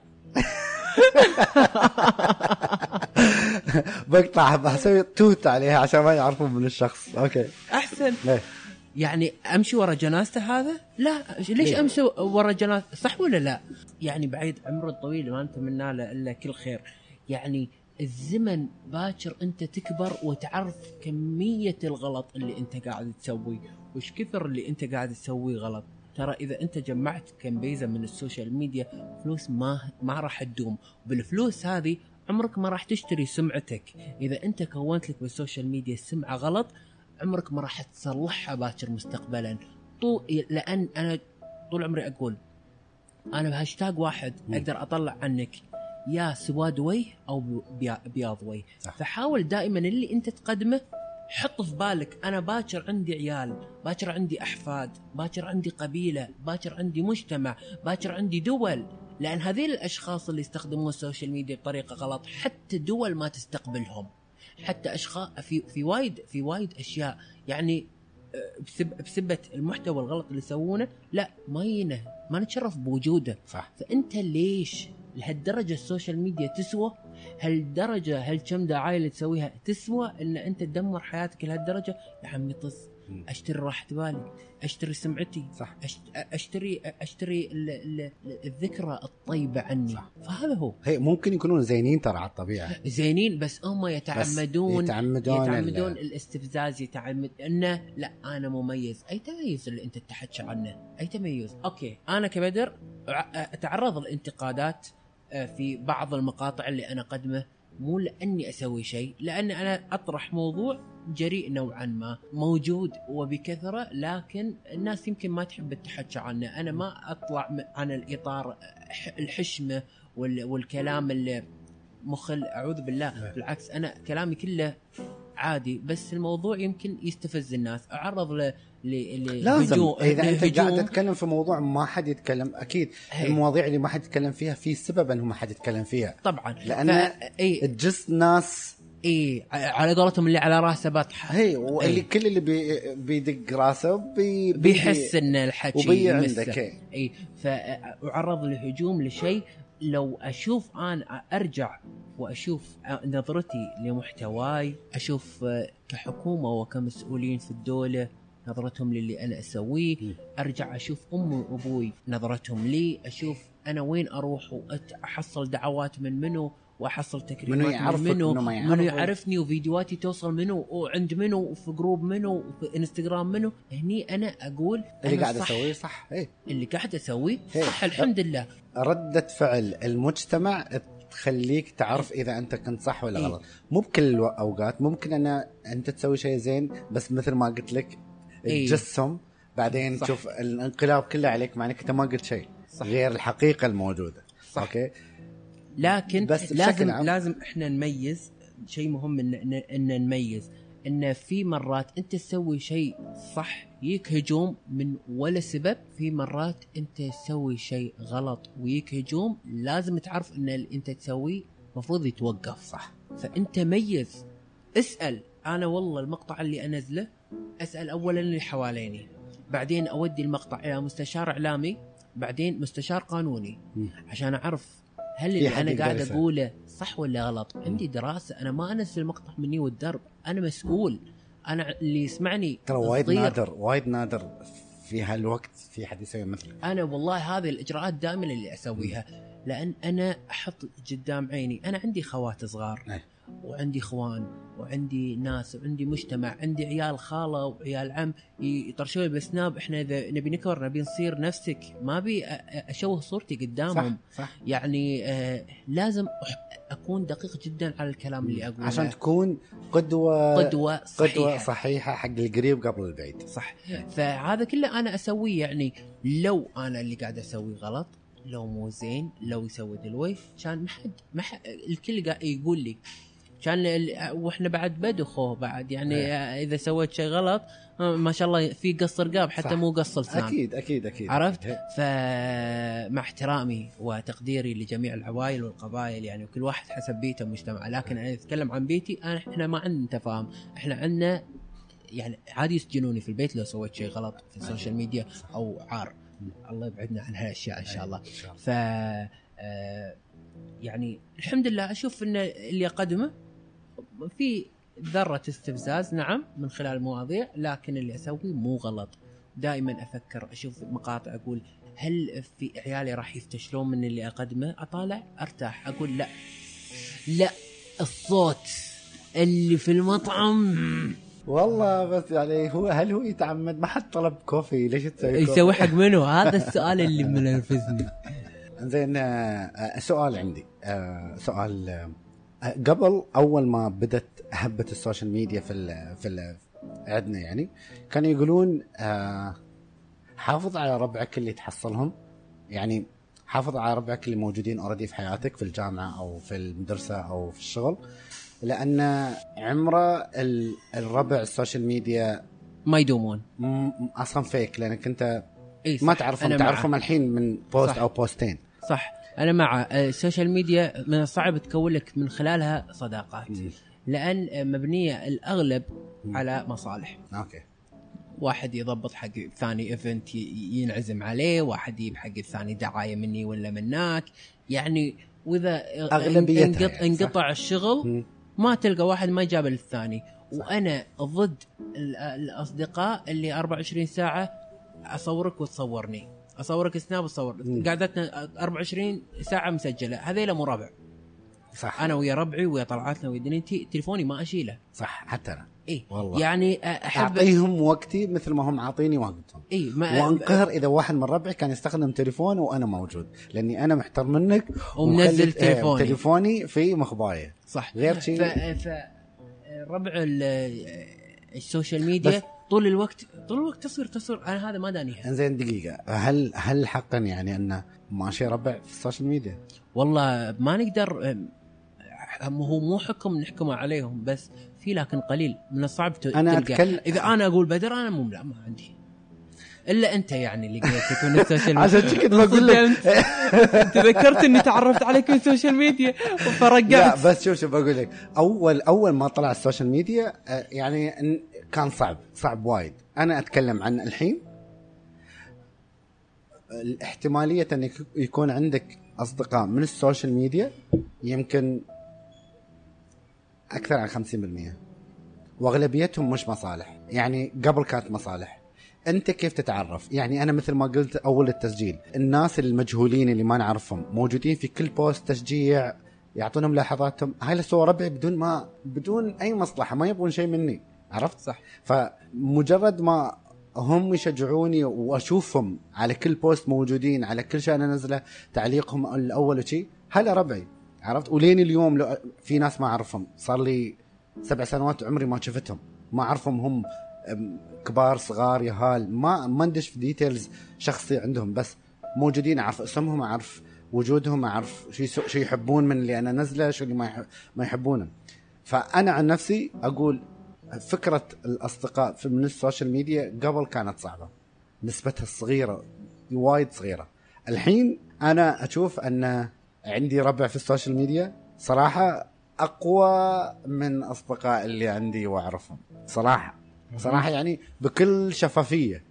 بقطع بسوي توت عليها عشان ما يعرفون من الشخص. اوكي احسن. ليه؟ يعني امشي ورا جنازته هذا؟ لا ليش ليه؟ امشي ورا جنازته صح ولا لا؟ يعني بعيد عمره الطويل ما نتمنى له الا كل خير. يعني الزمن باكر انت تكبر وتعرف كمية الغلط اللي انت قاعد تسوي وش كثر اللي انت قاعد تسويه غلط. ترى اذا انت جمعت كمبيزة من السوشيال ميديا فلوس ما ما راح تدوم، بالفلوس هذه عمرك ما راح تشتري سمعتك. اذا انت كونت لك بالسوشيال ميديا سمعة غلط عمرك ما راح تصلحها باكر مستقبلا. طول لان انا طول عمري اقول انا بهاشتاج واحد اقدر اطلع عنك يا سواد وجه او بياض وجه. فحاول دائما اللي انت تقدمه حط في بالك أنا باكر عندي عيال، باكر عندي أحفاد، باكر عندي قبيلة، باكر عندي مجتمع، باكر عندي دول. لأن هذه الأشخاص اللي يستخدمون السوشيال ميديا بطريقة غلط حتى دول ما تستقبلهم، حتى أشخاص في في وايد في وايد أشياء يعني بسب بسبة المحتوى الغلط اللي يسوونه، لا ما ينه ما نتشرف بوجوده. صح. فأنت ليش لهالدرجة السوشيال ميديا تسوى؟ هالدرجة هالكم دعاية اللي تسويها تسوى ان انت تدمر حياتك لهالدرجة؟ يا عمي طز، اشتري راحة بالي، اشتري سمعتي، صح. اشتري اشتري ال ال الذكرى الطيبة عني. صح. فهذا هو. هي ممكن يكونون زينين ترى على الطبيعة، زينين بس هم يتعمدون يتعمدون, يتعمدون الاستفزاز، يتعمد انه لا انا مميز. اي تميز اللي انت تحكي عنه؟ اي تميز؟ اوكي انا كبدر اتعرض للانتقادات في بعض المقاطع اللي أنا قدمه، مو لأني أسوي شيء، لأن أنا أطرح موضوع جريء نوعا ما موجود وبكثرة، لكن الناس يمكن ما تحب التحكي عنه. أنا ما أطلع عن الإطار الحشمة والكلام اللي مخل، أعوذ بالله، بالعكس أنا كلامي كله عادي، بس الموضوع يمكن يستفز الناس. أعرض ل ل لازم إذا أنت قاعد تتكلم في موضوع ما حد يتكلم، أكيد هي. المواضيع اللي ما حد يتكلم فيها في سبب أنه ما حد يتكلم فيها طبعا، لأن ف... تجس ناس اي على قولتهم اللي على راسه بطحه، هي واللي أي. كل اللي بي بيدق راسه بي بيحس ان الحكي عندك اي، فاعرض لهجوم لشيء. لو اشوف انا ارجع واشوف نظرتي لمحتواي، اشوف كحكومه وكمسؤولين في الدوله نظرتهم للي انا اسويه، ارجع اشوف امي وابوي نظرتهم لي، اشوف انا وين اروح واحصل دعوات من منو، واحصل تكريمات من منو، منو يعرفني، وفيديوهاتي توصل منو، وعند منو، وفي جروب منو، وفي انستغرام منو. هني انا اقول اللي قاعد اسويه صح. ايه اللي قاعد اسويه صح، الحمد لله. ردة فعل المجتمع تخليك تعرف اذا انت كنت صح ولا غلط. مو بكل الاوقات ممكن انا انت تسوي شيء زين، بس مثل ما قلت لك تجسم بعدين صح. تشوف الانقلاب كله عليك مع انك انت ما قلت شيء غير الحقيقة الموجودة. صح. اوكي، لكن بس لازم لازم احنا نميز شيء مهم، ان ان نميز ان في مرات انت تسوي شيء صح يك هجوم من ولا سبب، في مرات انت تسوي شيء غلط ويك هجوم لازم تعرف ان اللي انت تسويه مفروض يتوقف. صح. فانت ميز، اسأل. انا والله المقطع اللي انزله اسأل اولا اللي حواليني، بعدين اودي المقطع الى مستشار اعلامي، بعدين مستشار قانوني، م. عشان اعرف هل اللي انا قاعد اقوله صح ولا غلط. عندي دراسه، انا ما انزل المقطع مني والدرب، انا مسؤول. انا اللي يسمعني ترى وايد نادر، وايد نادر في هالوقت في حد يسوي مثلك. انا والله هذه الاجراءات دائما اللي اسويها، لان انا احط قدام عيني انا عندي خوات صغار، أي. وعندي اخوان، وعندي ناس، وعندي مجتمع، عندي عيال خاله وعيال عم يطرشوا لي بالسناب، احنا اذا نبي نكبر نبي نصير نفسك، ما بي اشوه صورتي قدامهم. صح. صح. يعني آه لازم اكون دقيق جدا على الكلام اللي اقوله عشان تكون قدوه قدوه صحيحه, قدوة صحيحه حق القريب قبل البعيد. صح. فهذا كله انا اسويه. يعني لو انا اللي قاعد اسوي غلط، لو مو زين، لو يسوي دلوي، كان ما حد ما الكل قاعد يقول لي، كان واحنا بعد بدخو بعد يعني هي. اذا سويت شيء غلط ما شاء الله في قص رقاب حتى صح. مو قص لسان. اكيد اكيد اكيد عرفت. فمع احترامي وتقديري لجميع العوائل والقبائل يعني، وكل واحد حسب بيته ومجتمعه، لكن انا اتكلم عن بيتي انا، احنا ما عندنا تفاهم، احنا عندنا يعني عادي يسجنوني في البيت لو سويت شيء غلط في السوشيال ميديا او عار. الله يبعدنا عن هالاشياء ان شاء الله. ف يعني الحمد لله اشوف ان اللي اقدمه في ذرة استفزاز نعم من خلال المواضيع، لكن اللي أسويه مو غلط. دائما أفكر، أشوف مقاطع أقول هل في عيالي راح يفتشلون من اللي أقدمه؟ أطالع أرتاح أقول لا لا، الصوت اللي في المطعم والله بس يعني هو هل هو يتعمد؟ ما حد طلب كوفي، ليش تسوي يسوي حق منه؟ هذا السؤال اللي منرفزني. زين سؤال عندي، سؤال قبل أول ما بدت هبة السوشيال ميديا في ال في ال عندنا يعني، كانوا يقولون آه حافظ على ربعك اللي تحصلهم، يعني حافظ على ربعك اللي موجودين أوريدي في حياتك في الجامعة أو في المدرسة أو في الشغل، لان عمره الربع السوشيال ميديا ما يدومون اصلا فيك، لانك انت إيه ما تعرفهم تعرفهم الحين من بوست صح. او بوستين. صح، انا مع السوشيال ميديا من الصعب تكون لك من خلالها صداقات م. لان مبنيه الاغلب م. على مصالح. اوكي، واحد يضبط حق الثاني ايفنت ينعزم عليه، واحد يجيب حق الثاني دعايه مني ولا منك يعني. واذا اغلبيتها انقطع, يعني انقطع الشغل م. ما تلقى واحد ما يجاب الثاني. وانا ضد الاصدقاء اللي أربعة وعشرين ساعه اصورك وتصورني، اصورك سناب وتصور، قعدتنا أربعة وعشرين ساعه مسجله، هذيلا مو ربع. صح، انا ويا ربعي ويا طلعاتنا ويا دنيتي تليفوني ما اشيله. صح، حتى انا إيه؟ والله يعني احب اعطيهم وقتي مثل ما هم عاطيني وقتهم. إيه؟ وانقهر اذا واحد من ربعي كان يستخدم تليفونه وانا موجود، لاني انا محتر منك ومنزل تليفوني تليفوني في مخبايه. صح، غير شيء. ف... ف... ربع السوشيال ميديا طول الوقت طول الوقت تصوير تصوير، انا هذا ما دانيها. انزين دقيقه، هل هل حقا يعني انه ماشي ربع في السوشيال ميديا؟ والله ما نقدر، هو مو حكم نحكم عليهم، بس في لكن قليل من الصعب أنا تلقى. أتكلم اذا انا اقول بدر انا مو لا ما عندي الا انت يعني اللي قلت من السوشيال ميديا. عشان كذا بقول لك تذكرت اني تعرفت عليك من السوشيال ميديا فرجعت. لا بس شوف شوف بقول لك، اول اول ما طلع السوشيال ميديا يعني كان صعب صعب وايد. انا اتكلم عن الحين، الاحتماليه ان يكون عندك اصدقاء من السوشيال ميديا يمكن اكثر عن خمسين بالمئة، واغلبيتهم مش مصالح. يعني قبل كانت مصالح. انت كيف تتعرف؟ يعني انا مثل ما قلت اول التسجيل، الناس المجهولين اللي ما نعرفهم موجودين في كل بوست تشجيع، يعطونهم ملاحظاتهم. هاي الصور ربعي بدون ما بدون اي مصلحه، ما يبغون شيء مني، عرفت؟ صح. فمجرد ما هم يشجعوني واشوفهم على كل بوست موجودين، على كل شيء انا نزله تعليقهم الاول شيء، هلا ربعي، عرفت؟ ولين اليوم لو في ناس ما اعرفهم، صار لي سبع سنوات عمري ما شفتهم، ما اعرفهم هم كبار صغار يهال، ما ما ندش في ديتيلز شخصي عندهم، بس موجودين، اعرف اسمهم، اعرف وجودهم، اعرف شيء شو يحبون من اللي انا نزله، شو اللي ما ما يحبونه. فانا عن نفسي اقول فكره الاصدقاء في من السوشيال ميديا قبل كانت صعبه، نسبتها صغيره وايد صغيره. الحين انا اشوف ان عندي ربع في السوشيال ميديا صراحه اقوى من اصدقاء اللي عندي واعرفهم صراحه صراحه يعني بكل شفافيه.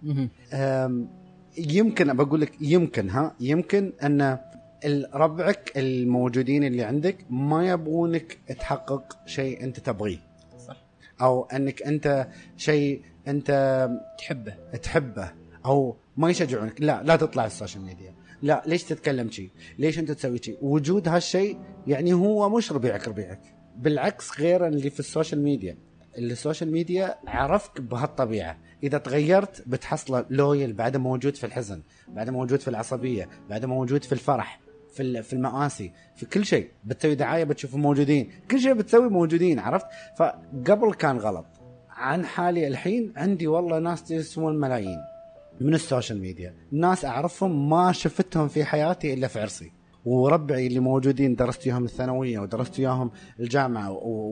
يمكن بقول لك يمكن ها يمكن ان ربعك الموجودين اللي عندك ما يبغونك تحقق شيء انت تبغيه، صح، او انك انت شيء انت تحبه تحبه او ما يشجعونك. لا لا تطلع السوشيال ميديا، لا ليش تتكلم شيء، ليش انت تسوي شيء. وجود هالشيء يعني هو مش ربيعك ربيعك، بالعكس غير اللي في السوشيال ميديا. اللي السوشيال ميديا عرفك بهالطبيعة، إذا تغيرت بتحصله لويل، بعده موجود في الحزن، بعده موجود في العصبية، بعده موجود في الفرح، في في المآسي، في كل شيء. بتسوي دعاية بتشوفوا موجودين، كل شيء بتسوي موجودين، عرفت؟ فقبل كان غلط. عن حالي الحين عندي والله ناس يسوون ملايين من السوشيال ميديا، ناس أعرفهم ما شفتهم في حياتي إلا في عرسي، وربعي اللي موجودين درست وياهم الثانوية ودرست وياهم الجامعة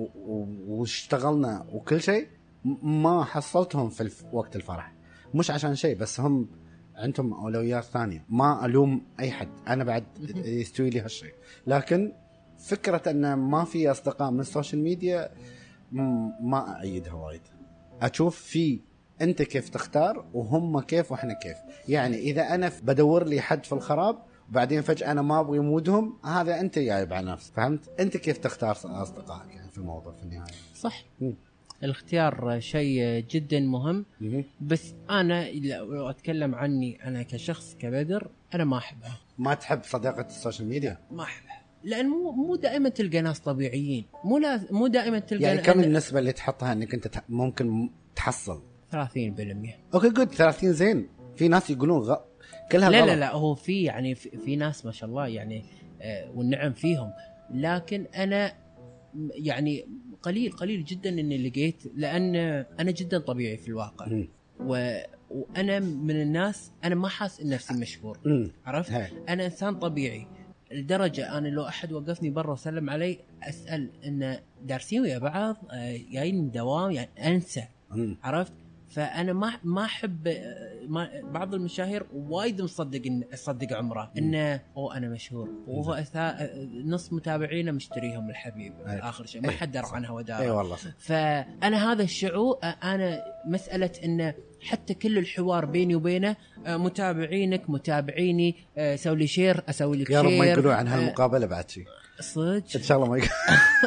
واشتغلنا وكل شيء، ما حصلتهم في الف... وقت الفرح. مش عشان شيء، بس هم عندهم أولويات ثانية. ما ألوم أي حد، أنا بعد يستوي لي هالشيء، لكن فكرة أن ما في أصدقاء من السوشيال ميديا ما أعيدها وايد. أشوف في أنت كيف تختار وهم كيف وإحنا كيف. يعني إذا أنا بدور لي حد في الخراب وبعدين فجأة أنا ما أبغى يمودهم، هذا أنت جايب على نفسك، فهمت؟ أنت كيف تختار أصدقائك يعني في الموضوع في النهاية. صح. م. الاختيار شيء جدا مهم. م- بس أنا لو أتكلم عني أنا كشخص كبدر، أنا ما أحبها. ما تحب صداقة السوشيال ميديا؟ ما أحبها، لأن مو مو دائما تلقى ناس طبيعيين، مو لا مو دائما تلقى. يعني كم النسبة اللي تحطها إنك أنت ممكن تحصل؟ ثلاثين بالمئة. أوكي جود، ثلاثين زين. في ناس يقولون غ... كلها لا غلط. لا لا هو في يعني في, في ناس ما شاء الله يعني آه والنعم فيهم، لكن أنا يعني قليل قليل جدا إني لقيت، لأن أنا جدا طبيعي في الواقع. م. و وأنا من الناس أنا ما حاس إن نفسي مشهور، عرفت؟ هاي. أنا إنسان طبيعي، لدرجة أنا لو أحد وقفني برا وسلم علي أسأل إنه دارسين ويا بعض جايين دوام يعني أنسى مم. عرفت. فأنا ما ما أحب ما بعض المشاهير وايد مصدق إن صدق عمره إنه أو أنا مشهور وهو نص متابعينه مشتريهم الحبيب آخر شيء ما حد درى عنها وداره. أي والله. فأنا هذا الشعور أنا مسألة إنه حتى كل الحوار بيني وبينه متابعينك متابعيني سوي لي شير أسوي لك شير. يا رب ما يقولوا عن هالمقابلة بعد شيء صدق إن شاء الله ما يقولوا.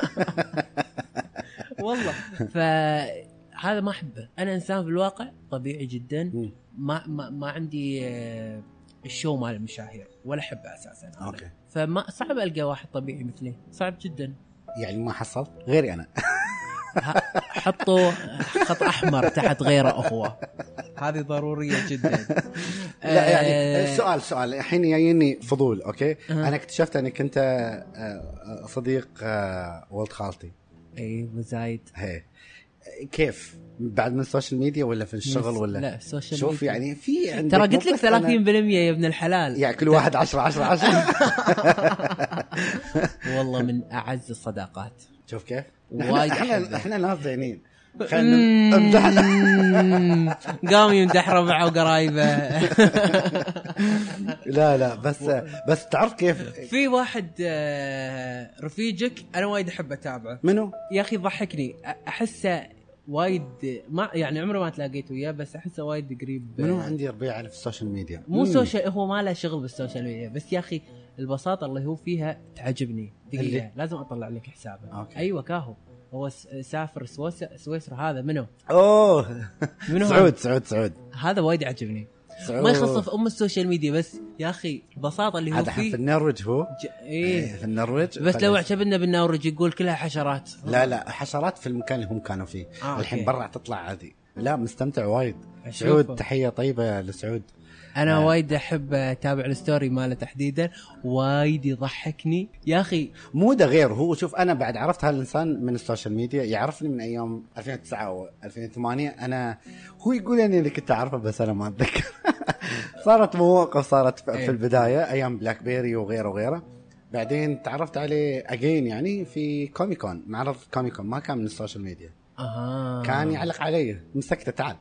والله فهذا ما أحبه. أنا إنسان في الواقع طبيعي جدا ما ما, ما عندي الشو مال المشاهير ولا أحبه أساسا. أوكي. فما صعب ألقى واحد طبيعي مثلي صعب جدا. يعني ما حصل غيري أنا. حطوا خط أحمر تحت غير أخوة هذه ضرورية جدا. لا يعني السؤال سؤال الحين جايني فضول. أوكي. أه. أنا اكتشفت أنك أنت صديق ولد خالتي. أي مزايد. هي كيف بعد من السوشيال ميديا ولا في الشغل ولا لا السوشيال شوف ميديا. يعني في عندك ترى قلت لك ثلاثين بالمية يا ابن الحلال يعني كل واحد عشرة عشرة عشرة. والله من أعز الصداقات. شوف كيف وايد احنا احنا ناس زينين خلينا نمدح. قام يمدح ربعه وقرايبه. لا لا بس بس تعرف كيف في واحد رفيجك انا وايد احب اتابعه. منو يا اخي ضحكني احسه وايد ما يعني عمره ما تلاقيته وياه بس احسه وايد قريب. منو عندي ربيع على السوشيال ميديا مو سوشيال هو ما له شغل بالسوشيال ميديا بس يا اخي البساطه اللي هو فيها تعجبني. دقيقه لازم اطلع لك حسابه. أوكي. ايوه كاهو هو سافر سويسرا. هذا منو اوه منو سعود سعود سعود هذا وايد عجبني. ما يخص في ام السوشيال ميديا بس يا اخي البساطه اللي هو فيه. في النرويج هو ج... ايه في النرويج بس لو اعتبرنا بالنرويج يقول كلها حشرات. لا لا حشرات في المكان اللي هم كانوا فيه. آه الحين برا تطلع عادي. لا مستمتع وايد. سعود تحيه طيبه لسعود. انا آه. وايد احب اتابع الستوري ماله تحديدا وايد يضحكني يا اخي. مو ده غير هو. شوف انا بعد عرفت هالانسان من السوشيال ميديا يعرفني من ايام ألفين وتسعة و ألفين وثمانية. انا هو يقول اني اللي كنت اعرفه بس انا ما اتذكر. صارت مواقف صارت في البدايه ايام بلاك بيري وغيره وغيره. بعدين تعرفت عليه اجين يعني في كوميكون معرض كوميكون ما كان من السوشيال ميديا. اها كان يعلق علي مسكته تعال.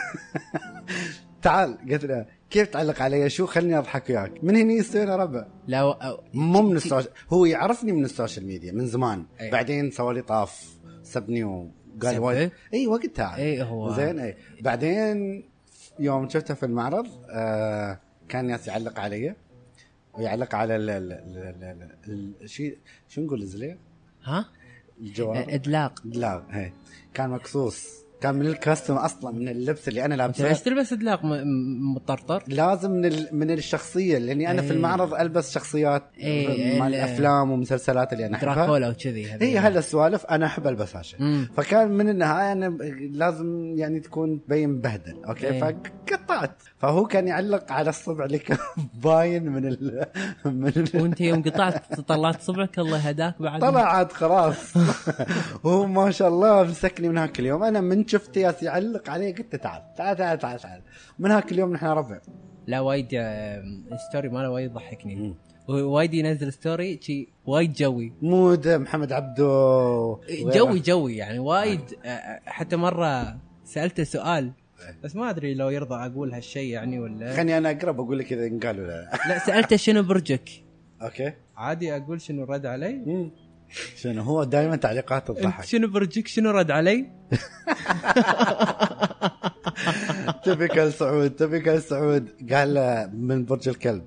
تعال قلت له كيف تعلق علي شو خلني اضحك وياك من هني يستوينا ربع. لا و... مو من السوشيال هو يعرفني من السوشيال ميديا من زمان. أيه. بعدين سوالي طاف سبني وقال وايد اي وقتها اي هو زين. اي بعدين يوم شفته في المعرض آه كان ناس يعلق علي ويعلق على ال ال الشيء شو نقول الزليق ها الجواب ادلاق ادلاق. هي كان مقصوص كان من الكاستم اصلا من اللبس اللي انا لابسه. ليش تلبس ادلاق مطرطر؟ لازم من من الشخصيه لاني انا ايه. في المعرض البس شخصيات ايه. مال الافلام ومسلسلات اللي انا احبها دراكولا وكذي. هي هلا السوالف انا احب البسها شيء. فكان من النهايه انا لازم يعني تكون تبين بهدل. اوكي ايه. فقطعت. فهو كان يعلق على الصبع اللي كان باين من ال من ال وانت يوم قطعت طلعت صبعك الله هداك بعد طلعت خلاص. هو ما شاء الله مسكني من هاك اليوم. انا من شفت ياس يعلق عليه قلت تعال تعال تعال تعال, تعال. من هاك اليوم نحن ربع. لا وايد الستوري ماله وايد ضحكني. وايد ينزل ستوري شي وايد جوي مود محمد عبده جوي جوي يعني وايد. حتى مرة سألته سؤال بس ما أدري لو يرضى أقول هالشيء يعني ولا. خلني أنا أقرب أقول لك إذا قالوا لا. لا سألته شنو برجك. أوكي عادي أقول شنو رد علي. مم. شنو هو دائما تعليقات الضحك. شنو برجك شنو رد علي. تبكل سعود تبكل سعود قال من برج الكلب.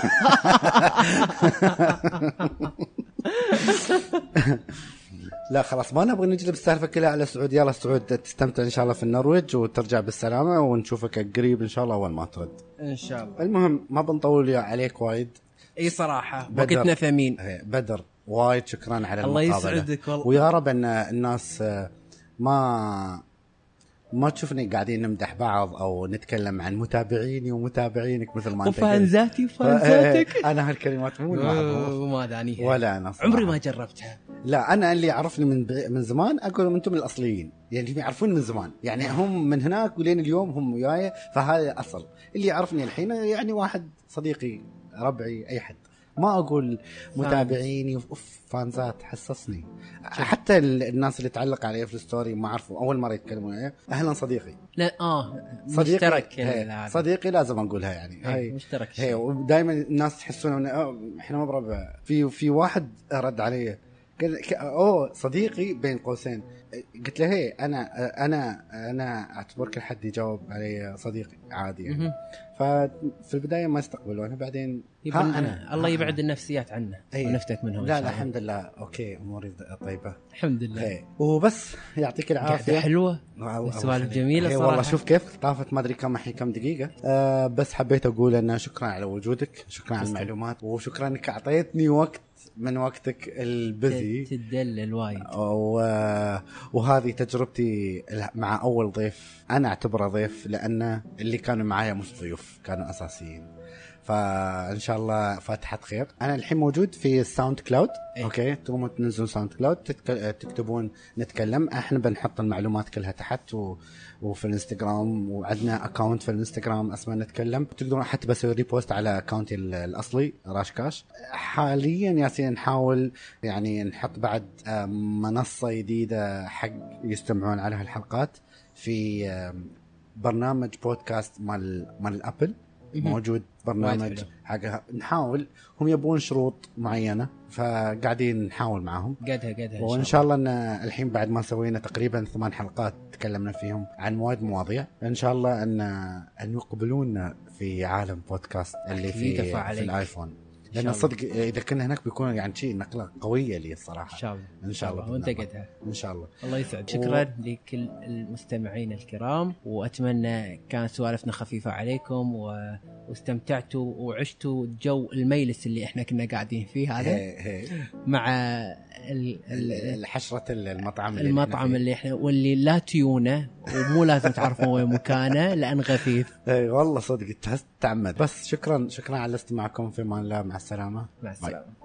لا خلاص ما نبغى نجلب السالفه كلها على سعود. يلا سعود تستمتع ان شاء الله في النرويج وترجع بالسلامه ونشوفك قريب ان شاء الله اول ما ترد ان شاء الله. المهم ما بنطول عليك وايد. اي صراحه وقتنا ثمين. بدر وايد شكرا على الله المقابله. يسعدك والله. ويا رب ان الناس ما ما تشوفني قاعدين نمدح بعض او نتكلم عن متابعيني ومتابعينك مثل ما انت وفان ذاتي وفان ذاتك. انا هالكلمات مو ما دانيها ولا انا صراحة. عمري ما جربتها. لا انا اللي يعرفني من من زمان اقول لهم انتم الاصليين يعني اللي يعرفون من زمان يعني هم من هناك ولين اليوم هم وياي. فهذا اصل اللي يعرفني الحين يعني واحد صديقي ربعي اي حد ما اقول متابعيني اوف فانزات حسسني. حتى الناس اللي تعلق عليه في الستوري ما عرفوا اول مره يتكلمون عليه اهلا صديقي. لا اه صديقي مشترك صديقي لازم اقولها يعني هاي مشترك هي. ودائما الناس تحسون احنا ما بربع. في في واحد رد علي قال اوه صديقي بين قوسين. قلت له هي انا انا انا اعتبر كل حد يجاوب علي صديقي عادي يعني. ففي البدايه ما استقبلونه بعدين ها أنا الله يبعد النفسيات عنا ونفتك منهم. لا لا الحمد لله اوكي اموري طيبه الحمد لله. هي. وبس يعطيك العافيه. حلوه السوالف جميله صراحه والله. شوف كيف طافت ما ادري كم الحين كم دقيقه. أه بس حبيت اقول ان شكرا على وجودك شكرا على المعلومات وشكرا انك اعطيتني وقت من وقتك البزي تدلل وايد. وهذه تجربتي مع أول ضيف أنا أعتبره ضيف لأن اللي كانوا معايا مش ضيوف كانوا أساسيين. فإن شاء الله فاتحة خير. أنا الحين موجود في الساوند كلاود. إيه؟ أوكي تقوموا تنزلون ساوند كلاود تتك... تكتبون نتكلم. إحنا بنحط المعلومات كلها تحت و... وفي الانستغرام وعندنا أكاونت في الانستغرام اسمه نتكلم. تقدرون حتى بس ريبوست على أكاونتي الأصلي راشكاش. حاليا ياسين نحاول يعني نحط بعد منصة جديدة حق يستمعون عليها الحلقات في برنامج بودكاست مال مال الأبل. موجود برنامج حاجة نحاول هم يبون شروط معينة فقاعدين نحاول معهم قدها قدها وإن شاء الله أن الحين بعد ما سوينا تقريبا ثمان حلقات تكلمنا فيهم عن مواد مواضيع إن شاء الله أن أن يقبلونا في عالم بودكاست اللي في, في الآيفون. لأن صدق إذا كنا هناك بيكون يعني شيء نقلة قوية لي الصراحة. إن شاء الله إن شاء الله وأنت قدها إن شاء الله. الله يسعد. شكرا و... لكل المستمعين الكرام وأتمنى كانت سوالفنا خفيفة عليكم و... واستمتعتوا وعشتوا جو الميلس اللي إحنا كنا قاعدين فيه هذا هي هي. مع ال... ال... الحشرة المطعم اللي المطعم إحنا اللي إحنا واللي لا تيونه ومو لازم تعرفون وين مكانه لأن خفيف. إيه والله صدق تحس تعمد. بس شكرا شكرا على استماعكم في مان الله. مع السلامة. مع السلامة.